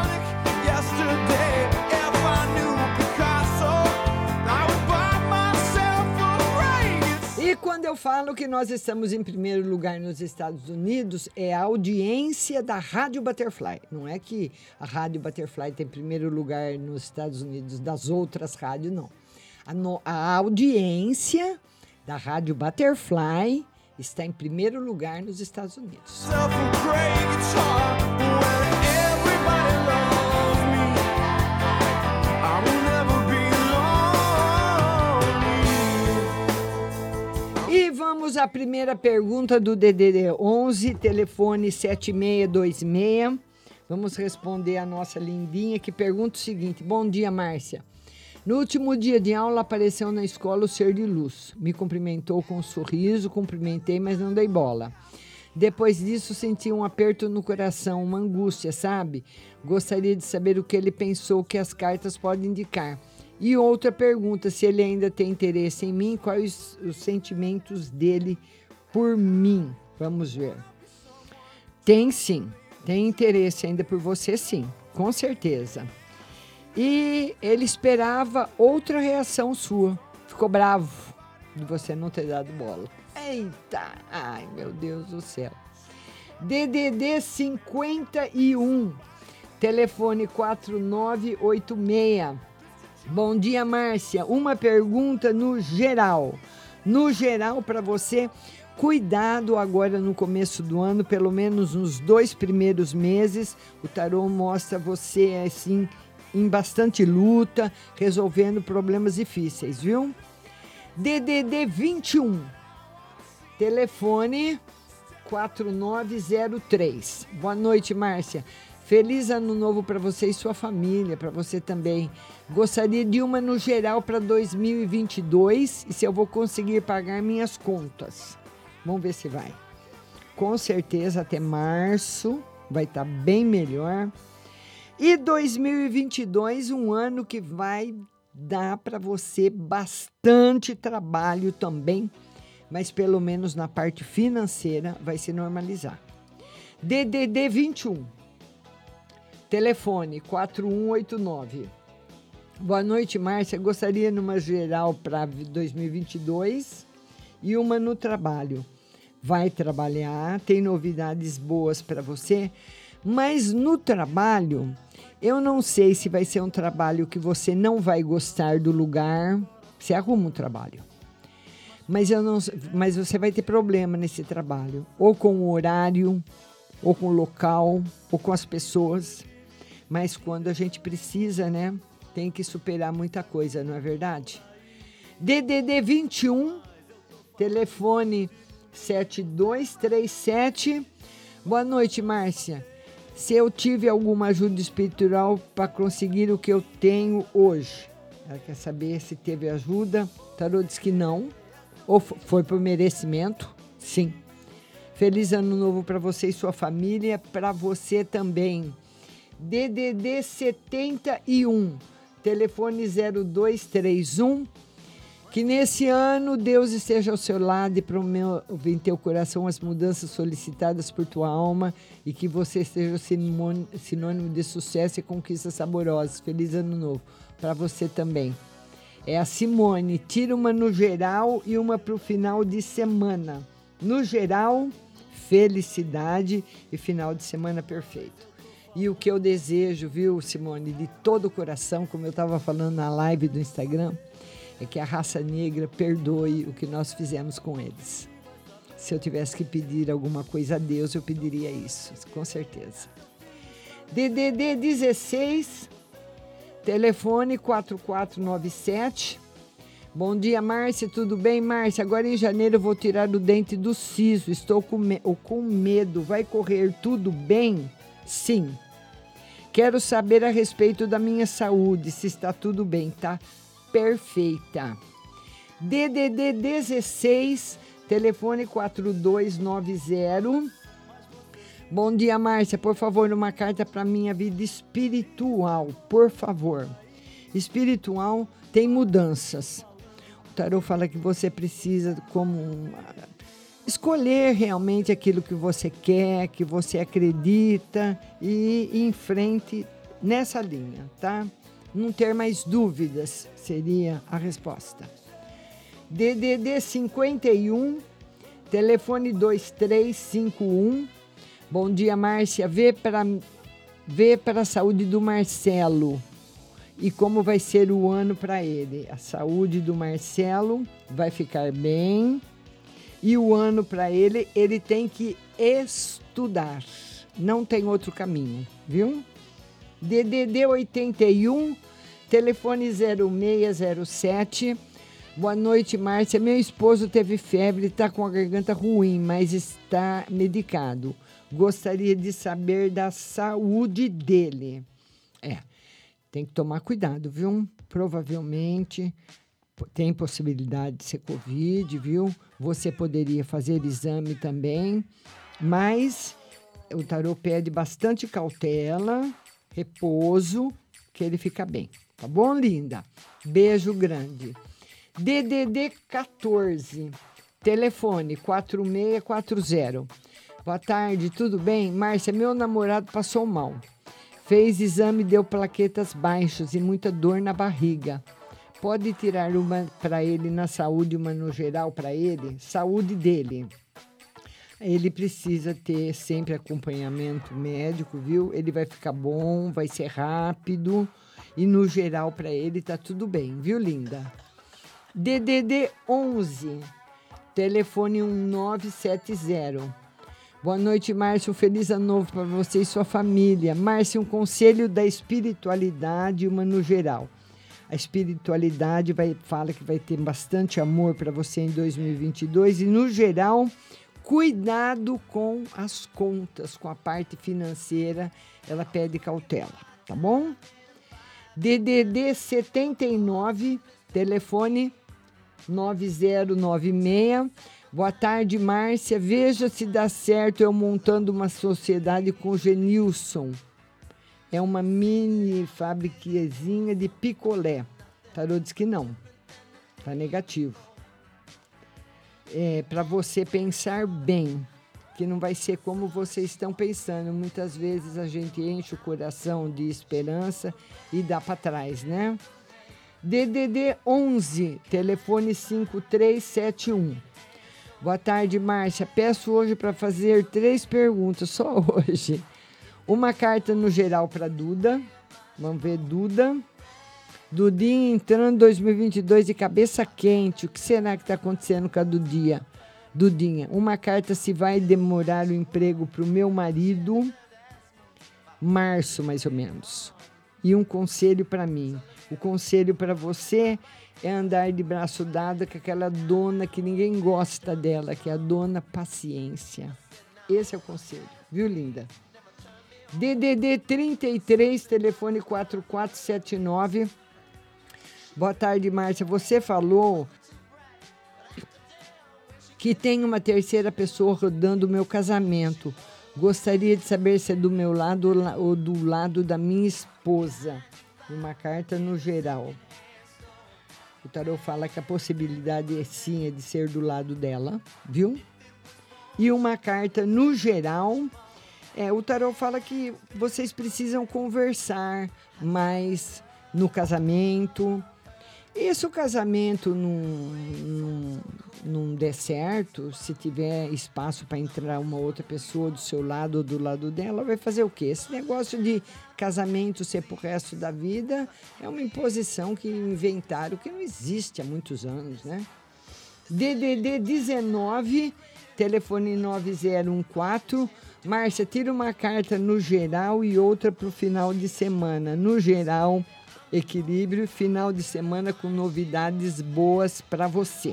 E quando eu falo que nós estamos em primeiro lugar nos Estados Unidos, é a audiência da Rádio Butterfly. Não é que a Rádio Butterfly tem primeiro lugar nos Estados Unidos das outras rádios, não. A, no, a audiência da Rádio Butterfly está em primeiro lugar nos Estados Unidos. E vamos à primeira pergunta do D D D onze, telefone sete seis dois seis. Vamos responder a nossa lindinha que pergunta o seguinte: bom dia, Márcia. No último dia de aula, apareceu na escola o ser de luz. Me cumprimentou com um sorriso, cumprimentei, mas não dei bola. Depois disso, senti um aperto no coração, uma angústia, sabe? Gostaria de saber o que ele pensou que as cartas podem indicar. E outra pergunta, se ele ainda tem interesse em mim, quais os sentimentos dele por mim. Vamos ver. Tem sim, tem interesse ainda por você sim, com certeza. E ele esperava outra reação sua. Ficou bravo de você não ter dado bola. Eita! Ai, meu Deus do céu. D D D cinquenta e um, telefone quatro nove oito seis. Bom dia, Márcia. Uma pergunta no geral. No geral, para você, cuidado agora no começo do ano, pelo menos nos dois primeiros meses. O tarô mostra você assim, em bastante luta, resolvendo problemas difíceis, viu? D D D vinte e um, telefone quatro nove zero três. Boa noite, Márcia. Feliz ano novo para você e sua família, para você também. Gostaria de uma no geral para dois mil e vinte e dois e se eu vou conseguir pagar minhas contas. Vamos ver se vai. Com certeza até março vai estar tá bem melhor. E dois mil e vinte e dois, um ano que vai dar para você bastante trabalho também, mas pelo menos na parte financeira vai se normalizar. D D D vinte e um, telefone quatro um oito nove. Boa noite, Márcia. Gostaria numa geral para dois mil e vinte e dois e uma no trabalho. Vai trabalhar, tem novidades boas para você, mas no trabalho, eu não sei se vai ser um trabalho que você não vai gostar do lugar. Você arruma um trabalho. Mas, eu não, mas você vai ter problema nesse trabalho. Ou com o horário, ou com o local, ou com as pessoas. Mas quando a gente precisa, né? Tem que superar muita coisa, não é verdade? D D D vinte e um, telefone sete dois três sete. Boa noite, Márcia. Se eu tive alguma ajuda espiritual para conseguir o que eu tenho hoje. Ela quer saber se teve ajuda. O tarô diz que não. Ou foi por merecimento? Sim. Feliz ano novo para você e sua família. Para você também. D D D setenta e um. Telefone zero dois três um. Que nesse ano Deus esteja ao seu lado e promova em teu coração as mudanças solicitadas por tua alma e que você seja sinônimo de sucesso e conquistas saborosas. Feliz ano novo para você também. É a Simone. Tira uma no geral e uma para o final de semana. No geral, felicidade e final de semana perfeito. E o que eu desejo, viu, Simone, de todo o coração, como eu estava falando na live do Instagram, é que a raça negra perdoe o que nós fizemos com eles. Se eu tivesse que pedir alguma coisa a Deus, eu pediria isso, com certeza. D D D dezesseis, telefone quatro quatro nove sete. Bom dia, Márcia, tudo bem, Márcia? Agora em janeiro eu vou tirar o dente do siso, estou com, me- com medo, vai correr tudo bem? Sim. Quero saber a respeito da minha saúde, se está tudo bem, tá? Perfeita. D D D dezesseis, telefone quatro dois nove zero. Bom dia, Márcia. Por favor, uma carta para minha vida espiritual, por favor. Espiritual tem mudanças. O tarô fala que você precisa como um, escolher realmente aquilo que você quer, que você acredita e ir em frente nessa linha, tá? Não ter mais dúvidas seria a resposta. D D D cinquenta e um, telefone dois três cinco um. Bom dia, Márcia. Vê para vê para a saúde do Marcelo e como vai ser o ano para ele. A saúde do Marcelo vai ficar bem e o ano para ele, ele tem que estudar. Não tem outro caminho, viu? D D D oitenta e um, telefone zero seis zero sete. Boa noite, Márcia. Meu esposo teve febre e está com a garganta ruim, mas está medicado. Gostaria de saber da saúde dele. É, tem que tomar cuidado, viu? Provavelmente tem possibilidade de ser Covid, viu? Você poderia fazer exame também, mas o tarô pede bastante cautela, repouso, que ele fica bem. Tá bom, linda? Beijo grande. D D D quatorze, telefone quatro seis quatro zero. Boa tarde, tudo bem? Márcia, meu namorado passou mal. Fez exame, deu plaquetas baixas e muita dor na barriga. Pode tirar uma para ele na saúde, uma no geral para ele? Saúde dele. Ele precisa ter sempre acompanhamento médico, viu? Ele vai ficar bom, vai ser rápido e no geral para ele tá tudo bem, viu, linda? D D D onze, telefone um nove sete zero. Boa noite, Márcia. Um feliz ano novo para você e sua família. Márcia, um conselho da espiritualidade, uma no geral. A espiritualidade vai, fala que vai ter bastante amor para você em dois mil e vinte e dois e, no geral, cuidado com as contas, com a parte financeira. Ela pede cautela, tá bom? D D D setenta e nove, telefone nove zero nove seis. Boa tarde, Márcia. Veja se dá certo eu montando uma sociedade com o Genilson. É uma mini fabriquezinha de picolé. Tarô diz que não. Tá negativo. É para você pensar bem, que não vai ser como vocês estão pensando. Muitas vezes a gente enche o coração de esperança e dá para trás, né? D D D onze, telefone cinco três sete um. Boa tarde, Márcia. Peço hoje para fazer três perguntas, só hoje. Uma carta no geral para Duda. Vamos ver, Duda. Dudinha entrando em dois mil e vinte e dois de cabeça quente. O que será que está acontecendo com a Dudinha? Dudinha, uma carta se vai demorar o emprego para o meu marido. Março, mais ou menos. E um conselho para mim. O conselho para você é andar de braço dado com aquela dona que ninguém gosta dela, que é a dona paciência. Esse é o conselho, viu, linda? D D D trinta e três, telefone quatro quatro sete nove. Boa tarde, Márcia. Você falou que tem uma terceira pessoa rodando o meu casamento. Gostaria de saber se é do meu lado ou do lado da minha esposa. Uma carta no geral. O tarô fala que a possibilidade é sim é de ser do lado dela, viu? E uma carta no geral. É, o tarô fala que vocês precisam conversar mais no casamento. E se o casamento não, não, não der certo, se tiver espaço para entrar uma outra pessoa do seu lado ou do lado dela, vai fazer o quê? Esse negócio de casamento ser pro resto da vida é uma imposição que inventaram, que não existe há muitos anos, né? D D D dezenove, telefone nove zero um quatro. Márcia, tira uma carta no geral e outra para o final de semana. No geral, equilíbrio, final de semana com novidades boas para você.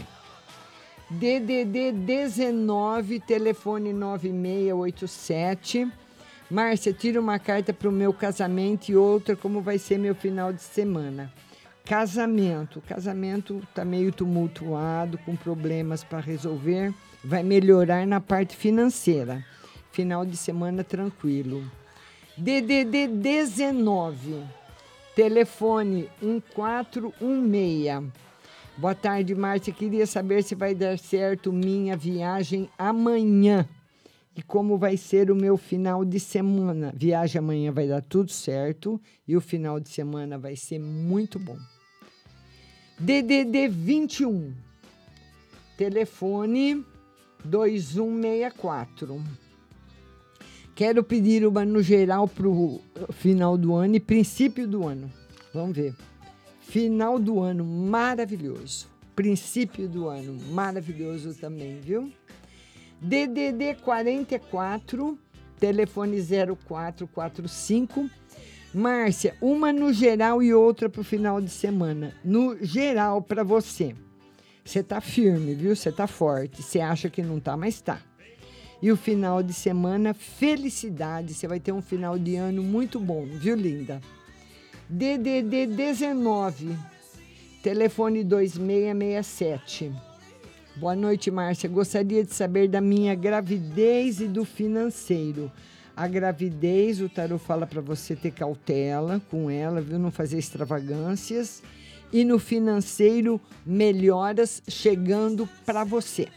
D D D dezenove, telefone nove seis oito sete. Márcia, tira uma carta para o meu casamento e outra como vai ser meu final de semana. Casamento. Casamento está meio tumultuado, com problemas para resolver. Vai melhorar na parte financeira. Final de semana tranquilo. D D D dezenove, telefone um quatro um seis. Boa tarde, Márcia. Queria saber se vai dar certo minha viagem amanhã e como vai ser o meu final de semana. Viagem amanhã vai dar tudo certo e o final de semana vai ser muito bom. D D D vinte e um, telefone dois um seis quatro. Quero pedir uma no geral para o final do ano e princípio do ano. Vamos ver. Final do ano, maravilhoso. Princípio do ano, maravilhoso também, viu? D D D quarenta e quatro, telefone zero quatro quatro cinco. Márcia, uma no geral e outra para o final de semana. No geral, para você. Você tá firme, viu? Você tá forte. Você acha que não tá, mas tá. E o final de semana, felicidade. Você vai ter um final de ano muito bom, viu, linda? D D D dezenove, telefone dois seis seis sete. Boa noite, Márcia. Gostaria de saber da minha gravidez e do financeiro. A gravidez, o tarô fala para você ter cautela com ela, viu? Não fazer extravagâncias. E no financeiro, melhoras chegando para você.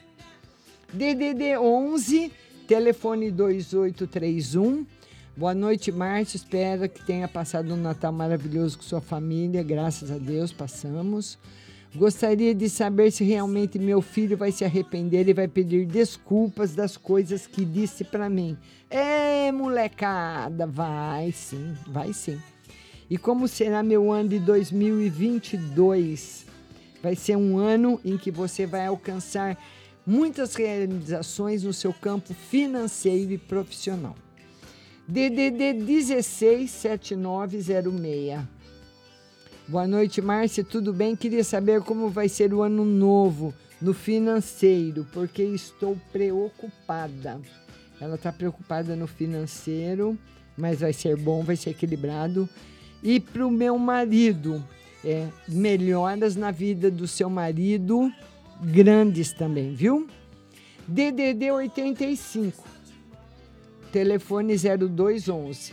D D D onze, telefone dois oito três um. Boa noite, Márcia. Espero que tenha passado um Natal maravilhoso com sua família. Graças a Deus, passamos. Gostaria de saber se realmente meu filho vai se arrepender e vai pedir desculpas das coisas que disse para mim. É, molecada, vai sim, vai sim. E como será meu ano de dois mil e vinte e dois? Vai ser um ano em que você vai alcançar muitas realizações no seu campo financeiro e profissional. D D D dezesseis, sete nove zero seis. Boa noite, Márcia. Tudo bem? Queria saber como vai ser o ano novo no financeiro, porque estou preocupada. Ela está preocupada no financeiro, mas vai ser bom, vai ser equilibrado. E para o meu marido, é, melhoras na vida do seu marido, grandes também, viu? D D D oitenta e cinco, telefone zero dois onze.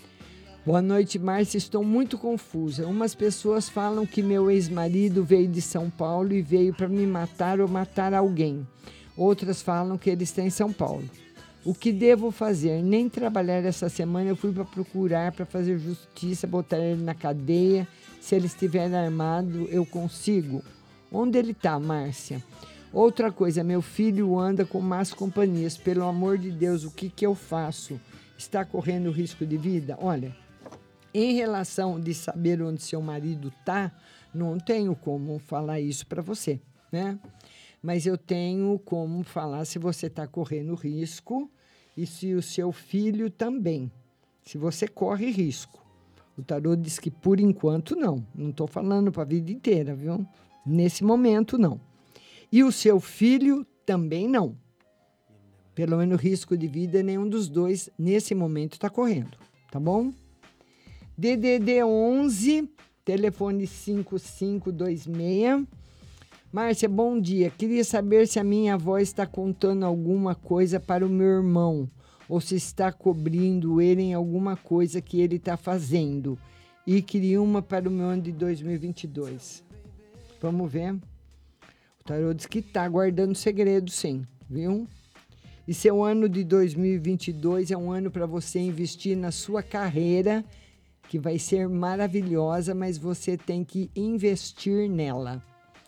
Boa noite, Márcia. Estou muito confusa. Umas pessoas falam que meu ex-marido veio de São Paulo e veio para me matar ou matar alguém. Outras falam que ele está em São Paulo. O que devo fazer? Nem trabalhar essa semana. Eu fui para procurar, para fazer justiça, botar ele na cadeia. Se ele estiver armado, eu consigo. Onde ele está, Márcia? Outra coisa, meu filho anda com más companhias. Pelo amor de Deus, o que, que eu faço? Está correndo risco de vida? Olha, em relação de saber onde seu marido está, não tenho como falar isso para você, né? Mas eu tenho como falar se você está correndo risco e se o seu filho também. Se você corre risco. O tarô diz que por enquanto não. Não estou falando para a vida inteira, viu? Nesse momento, não. E o seu filho também não. Pelo menos risco de vida, nenhum dos dois, nesse momento, está correndo. tá bom? D D D onze, telefone cinco cinco dois seis. Márcia, bom dia. Queria saber se a minha avó está contando alguma coisa para o meu irmão ou se está cobrindo ele em alguma coisa que ele está fazendo. E queria uma para o meu ano de dois mil e vinte e dois. Vamos ver. O tarô diz que está guardando segredo, sim, viu? E seu ano de dois mil e vinte e dois é um ano para você investir na sua carreira, que vai ser maravilhosa, mas você tem que investir nela.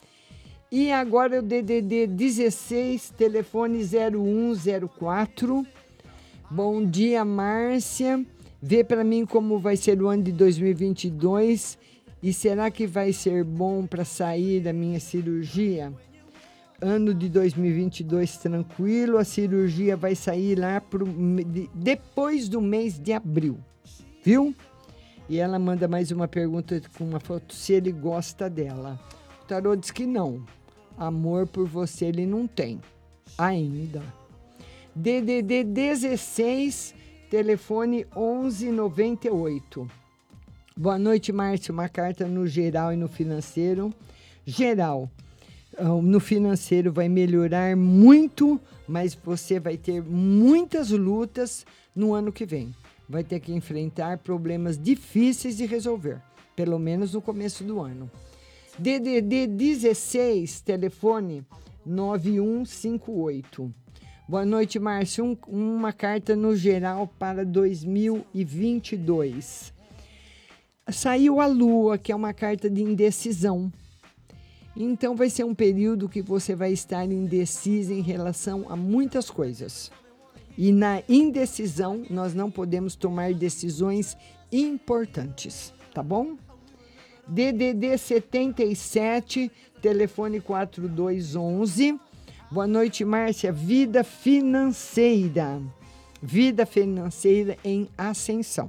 E agora o D D D dezesseis, telefone zero um zero quatro. Bom dia, Márcia. Vê para mim como vai ser o ano de dois mil e vinte e dois e será que vai ser bom para sair da minha cirurgia? Ano de dois mil e vinte e dois tranquilo, a cirurgia vai sair lá pro, depois do mês de abril, viu? E ela manda mais uma pergunta com uma foto, se ele gosta dela. O tarô diz que não, amor por você ele não tem, ainda. D D D dezesseis, telefone onze noventa e oito. Boa noite, Márcia. Uma carta no geral e no financeiro. Geral, no financeiro vai melhorar muito, mas você vai ter muitas lutas no ano que vem. Vai ter que enfrentar problemas difíceis de resolver, pelo menos no começo do ano. D D D dezesseis, telefone nove um cinco oito. Boa noite, Márcia. Um, uma carta no geral para dois mil e vinte e dois. Saiu a Lua, que é uma carta de indecisão. Então, vai ser um período que você vai estar indecisa em relação a muitas coisas. E na indecisão, nós não podemos tomar decisões importantes, tá bom? D D D setenta e sete, telefone quatro dois um um. Boa noite, Márcia. Vida financeira. Vida financeira em ascensão.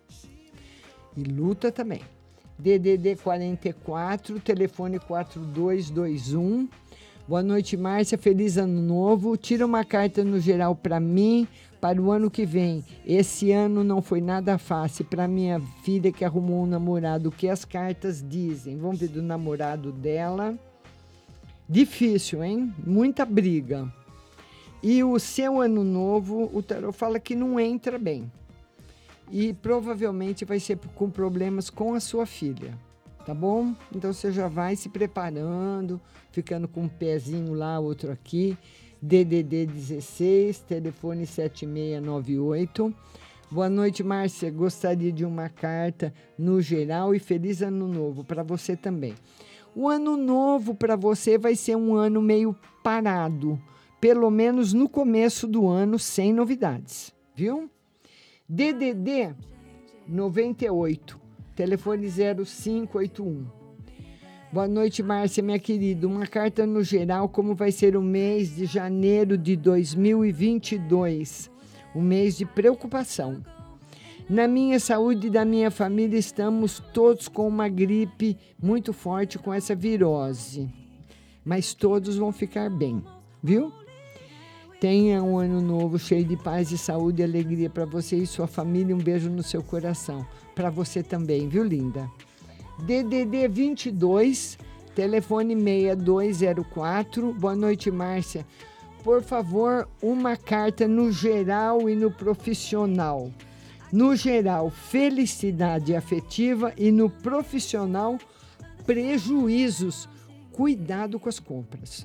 E luta também. D D D quarenta e quatro, telefone quatro dois dois um. Boa noite, Márcia. Feliz ano novo. Tira uma carta no geral para mim, para o ano que vem. Esse ano não foi nada fácil para minha filha que arrumou um namorado. O que as cartas dizem? Vamos ver do namorado dela. Difícil, hein? Muita briga. E o seu ano novo, o tarô fala que não entra bem. E provavelmente vai ser com problemas com a sua filha, tá bom? Então você já vai se preparando, ficando com um pezinho lá, outro aqui. D D D dezesseis, telefone sete seis nove oito. Boa noite, Márcia. Gostaria de uma carta no geral e feliz ano novo para você também. O ano novo para você vai ser um ano meio parado, pelo menos no começo do ano, sem novidades, viu? D D D noventa e oito, telefone zero cinco oito um. Boa noite, Márcia, minha querida. Uma carta no geral, como vai ser o mês de janeiro de dois mil e vinte e dois, um mês de preocupação. Na minha saúde e da minha família, estamos todos com uma gripe muito forte com essa virose. Mas todos vão ficar bem, viu? Tenha um ano novo cheio de paz e saúde e alegria para você e sua família. Um beijo no seu coração. Para você também, viu, linda? D D D vinte e dois, telefone seis dois zero quatro. Boa noite, Márcia. Por favor, uma carta no geral e no profissional. No geral, felicidade afetiva e no profissional, prejuízos. Cuidado com as compras.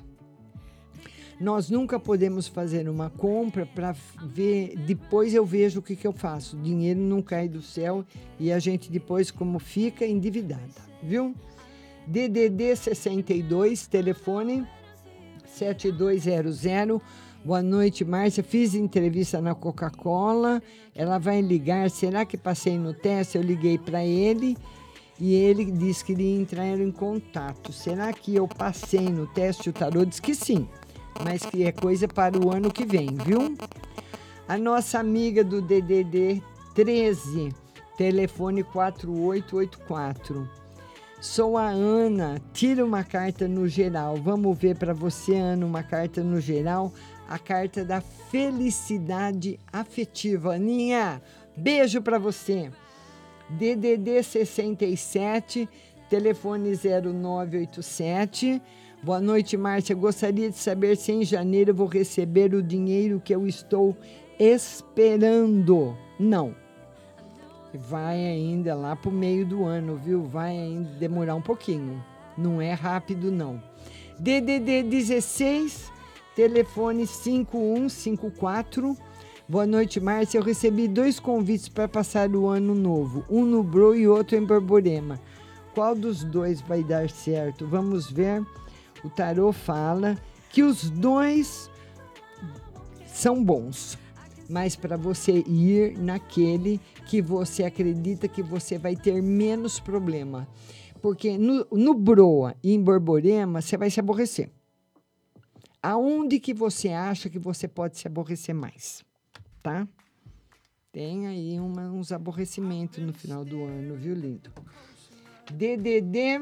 Nós nunca podemos fazer uma compra para ver, depois eu vejo o que, que eu faço. O dinheiro não cai do céu e a gente depois como fica endividada, viu? D D D sessenta e dois, telefone sete dois zero zero. Boa noite, Márcia. Fiz entrevista na Coca-Cola. Ela vai ligar. Será que passei no teste? Eu liguei para ele e ele disse que iria entrar em contato. Será que eu passei no teste? O tarô diz que sim, mas que é coisa para o ano que vem, viu? A nossa amiga do D D D treze, telefone quatro oito oito quatro. Sou a Ana. Tira uma carta no geral. Vamos ver para você, Ana, uma carta no geral. A carta da felicidade afetiva. Aninha, Beijo para você. D D D sessenta e sete, telefone zero nove oito sete. Boa noite, Márcia. Gostaria de saber se em janeiro eu vou receber o dinheiro que eu estou esperando. Não. Vai ainda lá pro meio do ano, viu? Vai ainda demorar um pouquinho. Não é rápido, não. D D D dezesseis, telefone cinco um cinco quatro. Boa noite, Márcia. Eu recebi dois convites para passar o ano novo. Um no Bro e outro em Borborema. Qual dos dois vai dar certo? Vamos ver. O tarô fala que os dois são bons, mas para você ir naquele que você acredita que você vai ter menos problema. Porque no, no Broa e em Borborema, você vai se aborrecer. Aonde que você acha que você pode se aborrecer mais? Tá? Tem aí uma, uns aborrecimentos no final do ano, viu, lindo? D D D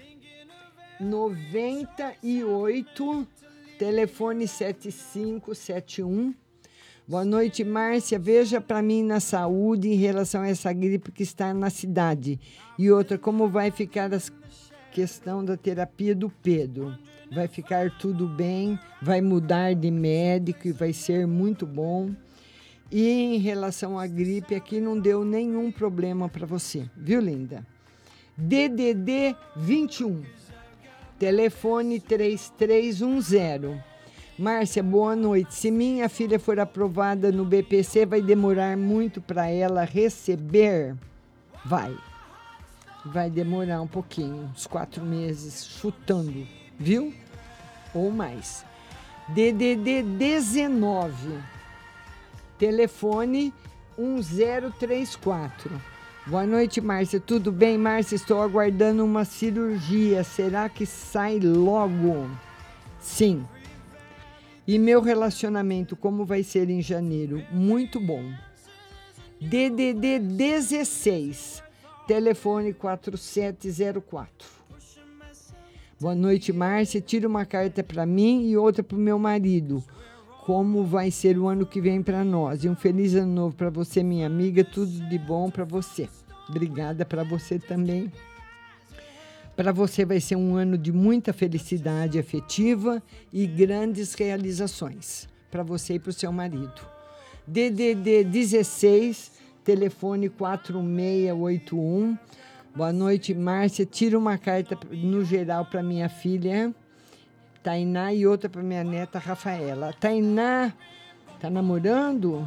noventa e oito, telefone sete cinco sete um. Boa noite, Márcia. Veja para mim na saúde em relação a essa gripe que está na cidade. E outra, como vai ficar a questão da terapia do Pedro? Vai ficar tudo bem, vai mudar de médico e vai ser muito bom. E em relação à gripe, aqui não deu nenhum problema para você, viu, linda? D D D vinte e um, telefone três três um zero. Márcia, boa noite. Se minha filha for aprovada no B P C, vai demorar muito para ela receber? Vai. Vai demorar um pouquinho, uns quatro meses, chutando, viu? Ou mais. D D D dezenove, telefone um zero três quatro. Boa noite, Márcia. Tudo bem, Márcia? Estou aguardando uma cirurgia. Será que sai logo? Sim. E meu relacionamento, como vai ser em janeiro? Muito bom. D D D dezesseis, telefone quatro sete zero quatro. Boa noite, Márcia. Tira uma carta para mim e outra para o meu marido. Como vai ser o ano que vem para nós? E um feliz ano novo para você, minha amiga. Tudo de bom para você. Obrigada para você também. Para você vai ser um ano de muita felicidade afetiva e grandes realizações. Para você e para o seu marido. D D D dezesseis, telefone quatro seis oito um. Boa noite, Márcia. Tira uma carta no geral para minha filha Tainá e outra para minha neta Rafaela. Tainá tá namorando?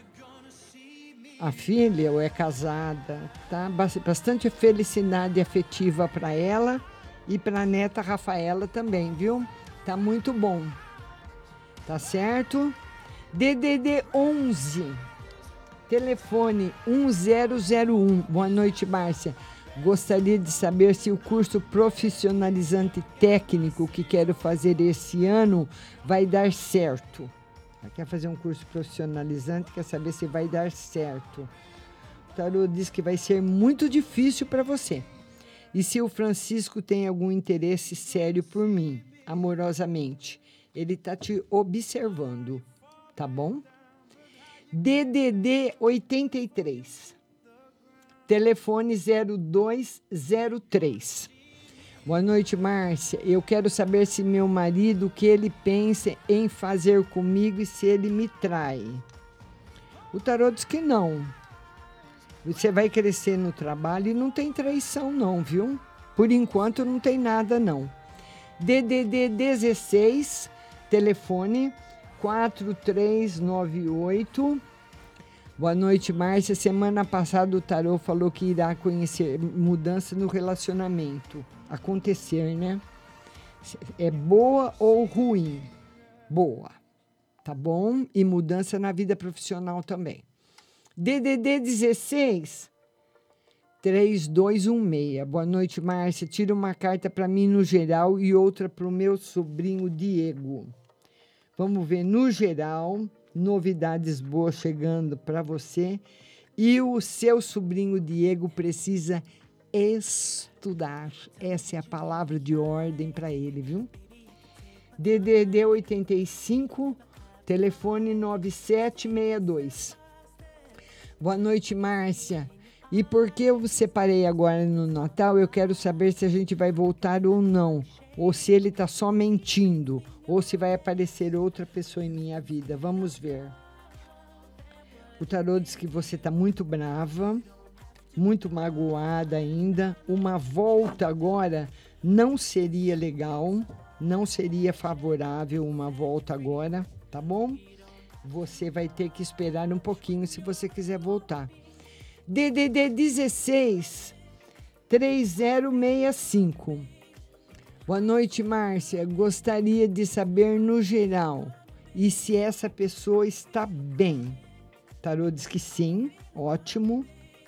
A filha ou é casada? Tá bastante felicidade afetiva para ela e para a neta Rafaela também, viu? Tá muito bom. Tá certo? D D D onze, telefone um zero zero um. Boa noite, Márcia. Gostaria de saber se o curso profissionalizante técnico que quero fazer esse ano vai dar certo. Ela quer fazer um curso profissionalizante, quer saber se vai dar certo. O tarô diz que vai ser muito difícil para você. E se o Francisco tem algum interesse sério por mim, amorosamente, ele está te observando, tá bom? D D D oitenta e três. Telefone zero dois zero três. Boa noite, Márcia. Eu quero saber se meu marido, o que ele pensa em fazer comigo e se ele me trai. O tarô diz que não. Você vai crescer no trabalho e não tem traição não, viu? Por enquanto não tem nada não. D D D dezesseis, telefone quatro três nove oito. Boa noite, Márcia. Semana passada o tarô falou que irá conhecer mudança no relacionamento. Acontecer, né? É boa ou ruim? Boa. Tá bom? E mudança na vida profissional também. D D D dezesseis, três dois um seis. Boa noite, Márcia. Tira uma carta para mim no geral e outra para o meu sobrinho Diego. Vamos ver no geral. Novidades boas chegando para você. E o seu sobrinho Diego precisa estudar. Essa é a palavra de ordem para ele, viu? D D D oitenta e cinco, telefone nove sete seis dois. Boa noite, Márcia. E por que eu separei agora no Natal? Eu quero saber se a gente vai voltar ou não. Ou se ele está só mentindo. Ou se vai aparecer outra pessoa em minha vida. Vamos ver. O tarô diz que você está muito brava, muito magoada ainda. Uma volta agora não seria legal, não seria favorável uma volta agora, tá bom? Você vai ter que esperar um pouquinho se você quiser voltar. D D D dezesseis, três zero seis cinco. Boa noite, Márcia. Gostaria de saber no geral e se essa pessoa está bem. Tarô diz que sim, ótimo.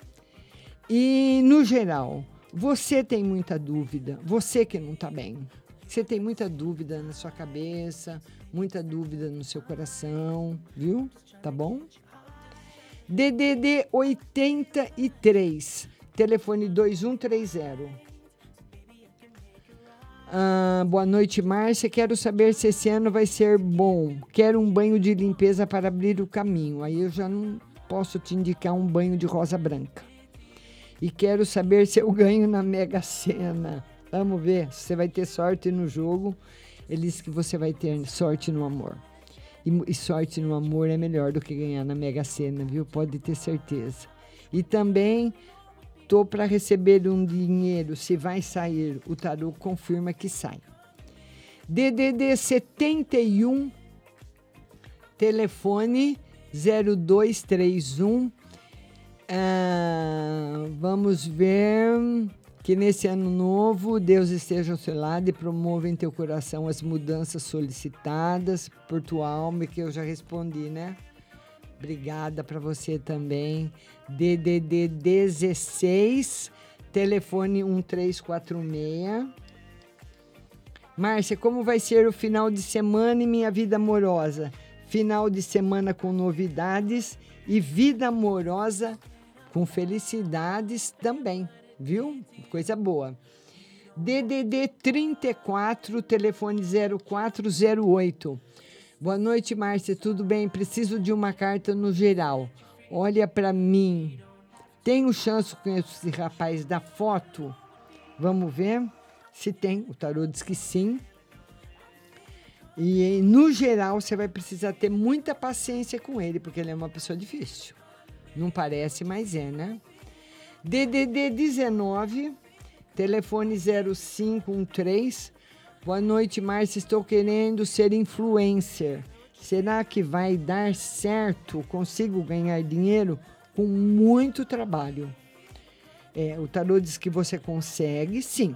E no geral, você tem muita dúvida, você que não está bem. Você tem muita dúvida na sua cabeça, muita dúvida no seu coração, viu? Tá bom? D D D oitenta e três, telefone dois um três zero. Ah, boa noite, Márcia. Quero saber se esse ano vai ser bom. Quero um banho de limpeza para abrir o caminho. Aí eu já não posso te indicar um banho de rosa branca. E quero saber se eu ganho na Mega Sena. Vamos ver se você vai ter sorte no jogo. Ele diz que você vai ter sorte no amor. E, e sorte no amor é melhor do que ganhar na Mega Sena, viu? Pode ter certeza. E também tô para receber um dinheiro. Se vai sair, o tarô confirma que sai. D D D setenta e um, telefone zero dois três um. Ah, vamos ver que nesse ano novo Deus esteja ao seu lado e promova em teu coração as mudanças solicitadas por tua alma, que eu já respondi, né? Obrigada para você também. D D D dezesseis, telefone um três quatro seis. Márcia, como vai ser o final de semana e minha vida amorosa? Final de semana com novidades e vida amorosa com felicidades também, viu? Coisa boa. D D D trinta e quatro, telefone zero quatro zero oito. Boa noite, Márcia, tudo bem? Preciso de uma carta no geral. Olha para mim. Tenho chance com esse rapaz da foto? Vamos ver se tem. O tarô diz que sim. E, no geral, você vai precisar ter muita paciência com ele, porque ele é uma pessoa difícil. Não parece, mas é, né? D D D dezenove, telefone zero cinco um três. Boa noite, Márcia. Estou querendo ser influencer. Será que vai dar certo? Consigo ganhar dinheiro com muito trabalho? É, o tarô diz que você consegue, sim.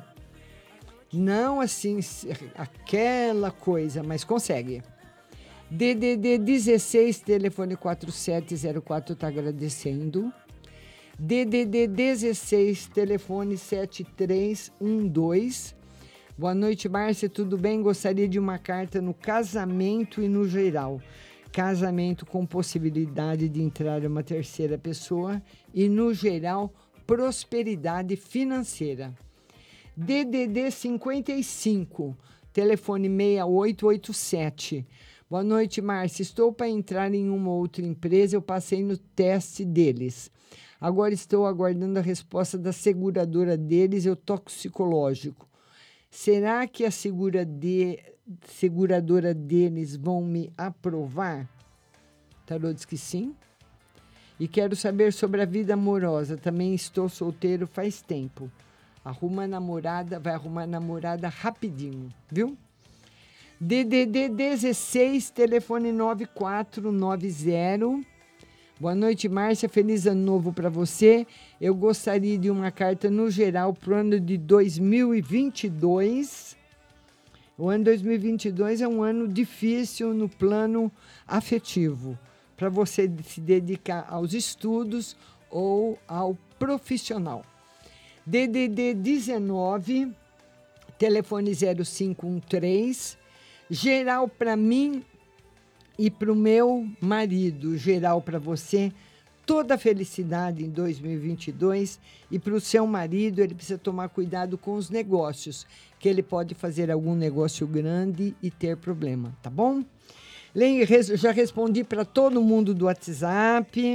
Não assim, aquela coisa, mas consegue. D D D dezesseis, telefone quatro sete zero quatro, está agradecendo. D D D dezesseis, telefone sete três um dois. Boa noite, Márcia, tudo bem? Gostaria de uma carta no casamento e no geral. Casamento com possibilidade de entrar uma terceira pessoa e, no geral, prosperidade financeira. D D D cinquenta e cinco, telefone seis oito oito sete. Boa noite, Márcia. Estou para entrar em uma outra empresa, eu passei no teste deles. Agora estou aguardando a resposta da seguradora deles e o toxicológico. Será que a segura de, seguradora deles vão me aprovar? Tarô diz que sim. E quero saber sobre a vida amorosa. Também estou solteiro faz tempo. Arruma namorada, vai arrumar namorada rapidinho, viu? D D D dezesseis, telefone nove quatro nove zero. Boa noite, Márcia. Feliz ano novo para você. Eu gostaria de uma carta no geral para o ano de dois mil e vinte e dois. O ano dois mil e vinte e dois é um ano difícil no plano afetivo, para você se dedicar aos estudos ou ao profissional. D D D dezenove, telefone zero cinco um três. Geral para mim e para o meu marido, geral para você, toda a felicidade em dois mil e vinte e dois. E para o seu marido, ele precisa tomar cuidado com os negócios, que ele pode fazer algum negócio grande e ter problema, tá bom? Já respondi para todo mundo do WhatsApp.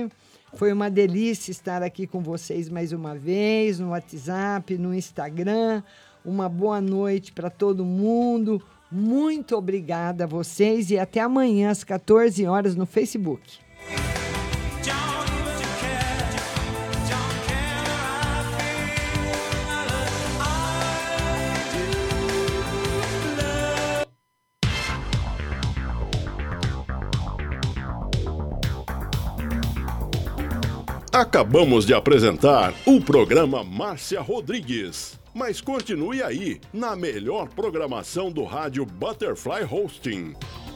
Foi uma delícia estar aqui com vocês mais uma vez, no WhatsApp, no Instagram. Uma boa noite para todo mundo. Muito obrigada a vocês e até amanhã às quatorze horas no Facebook. Acabamos de apresentar o programa Márcia Rodrigues. Mas continue aí, na melhor programação do rádio Butterfly Hosting.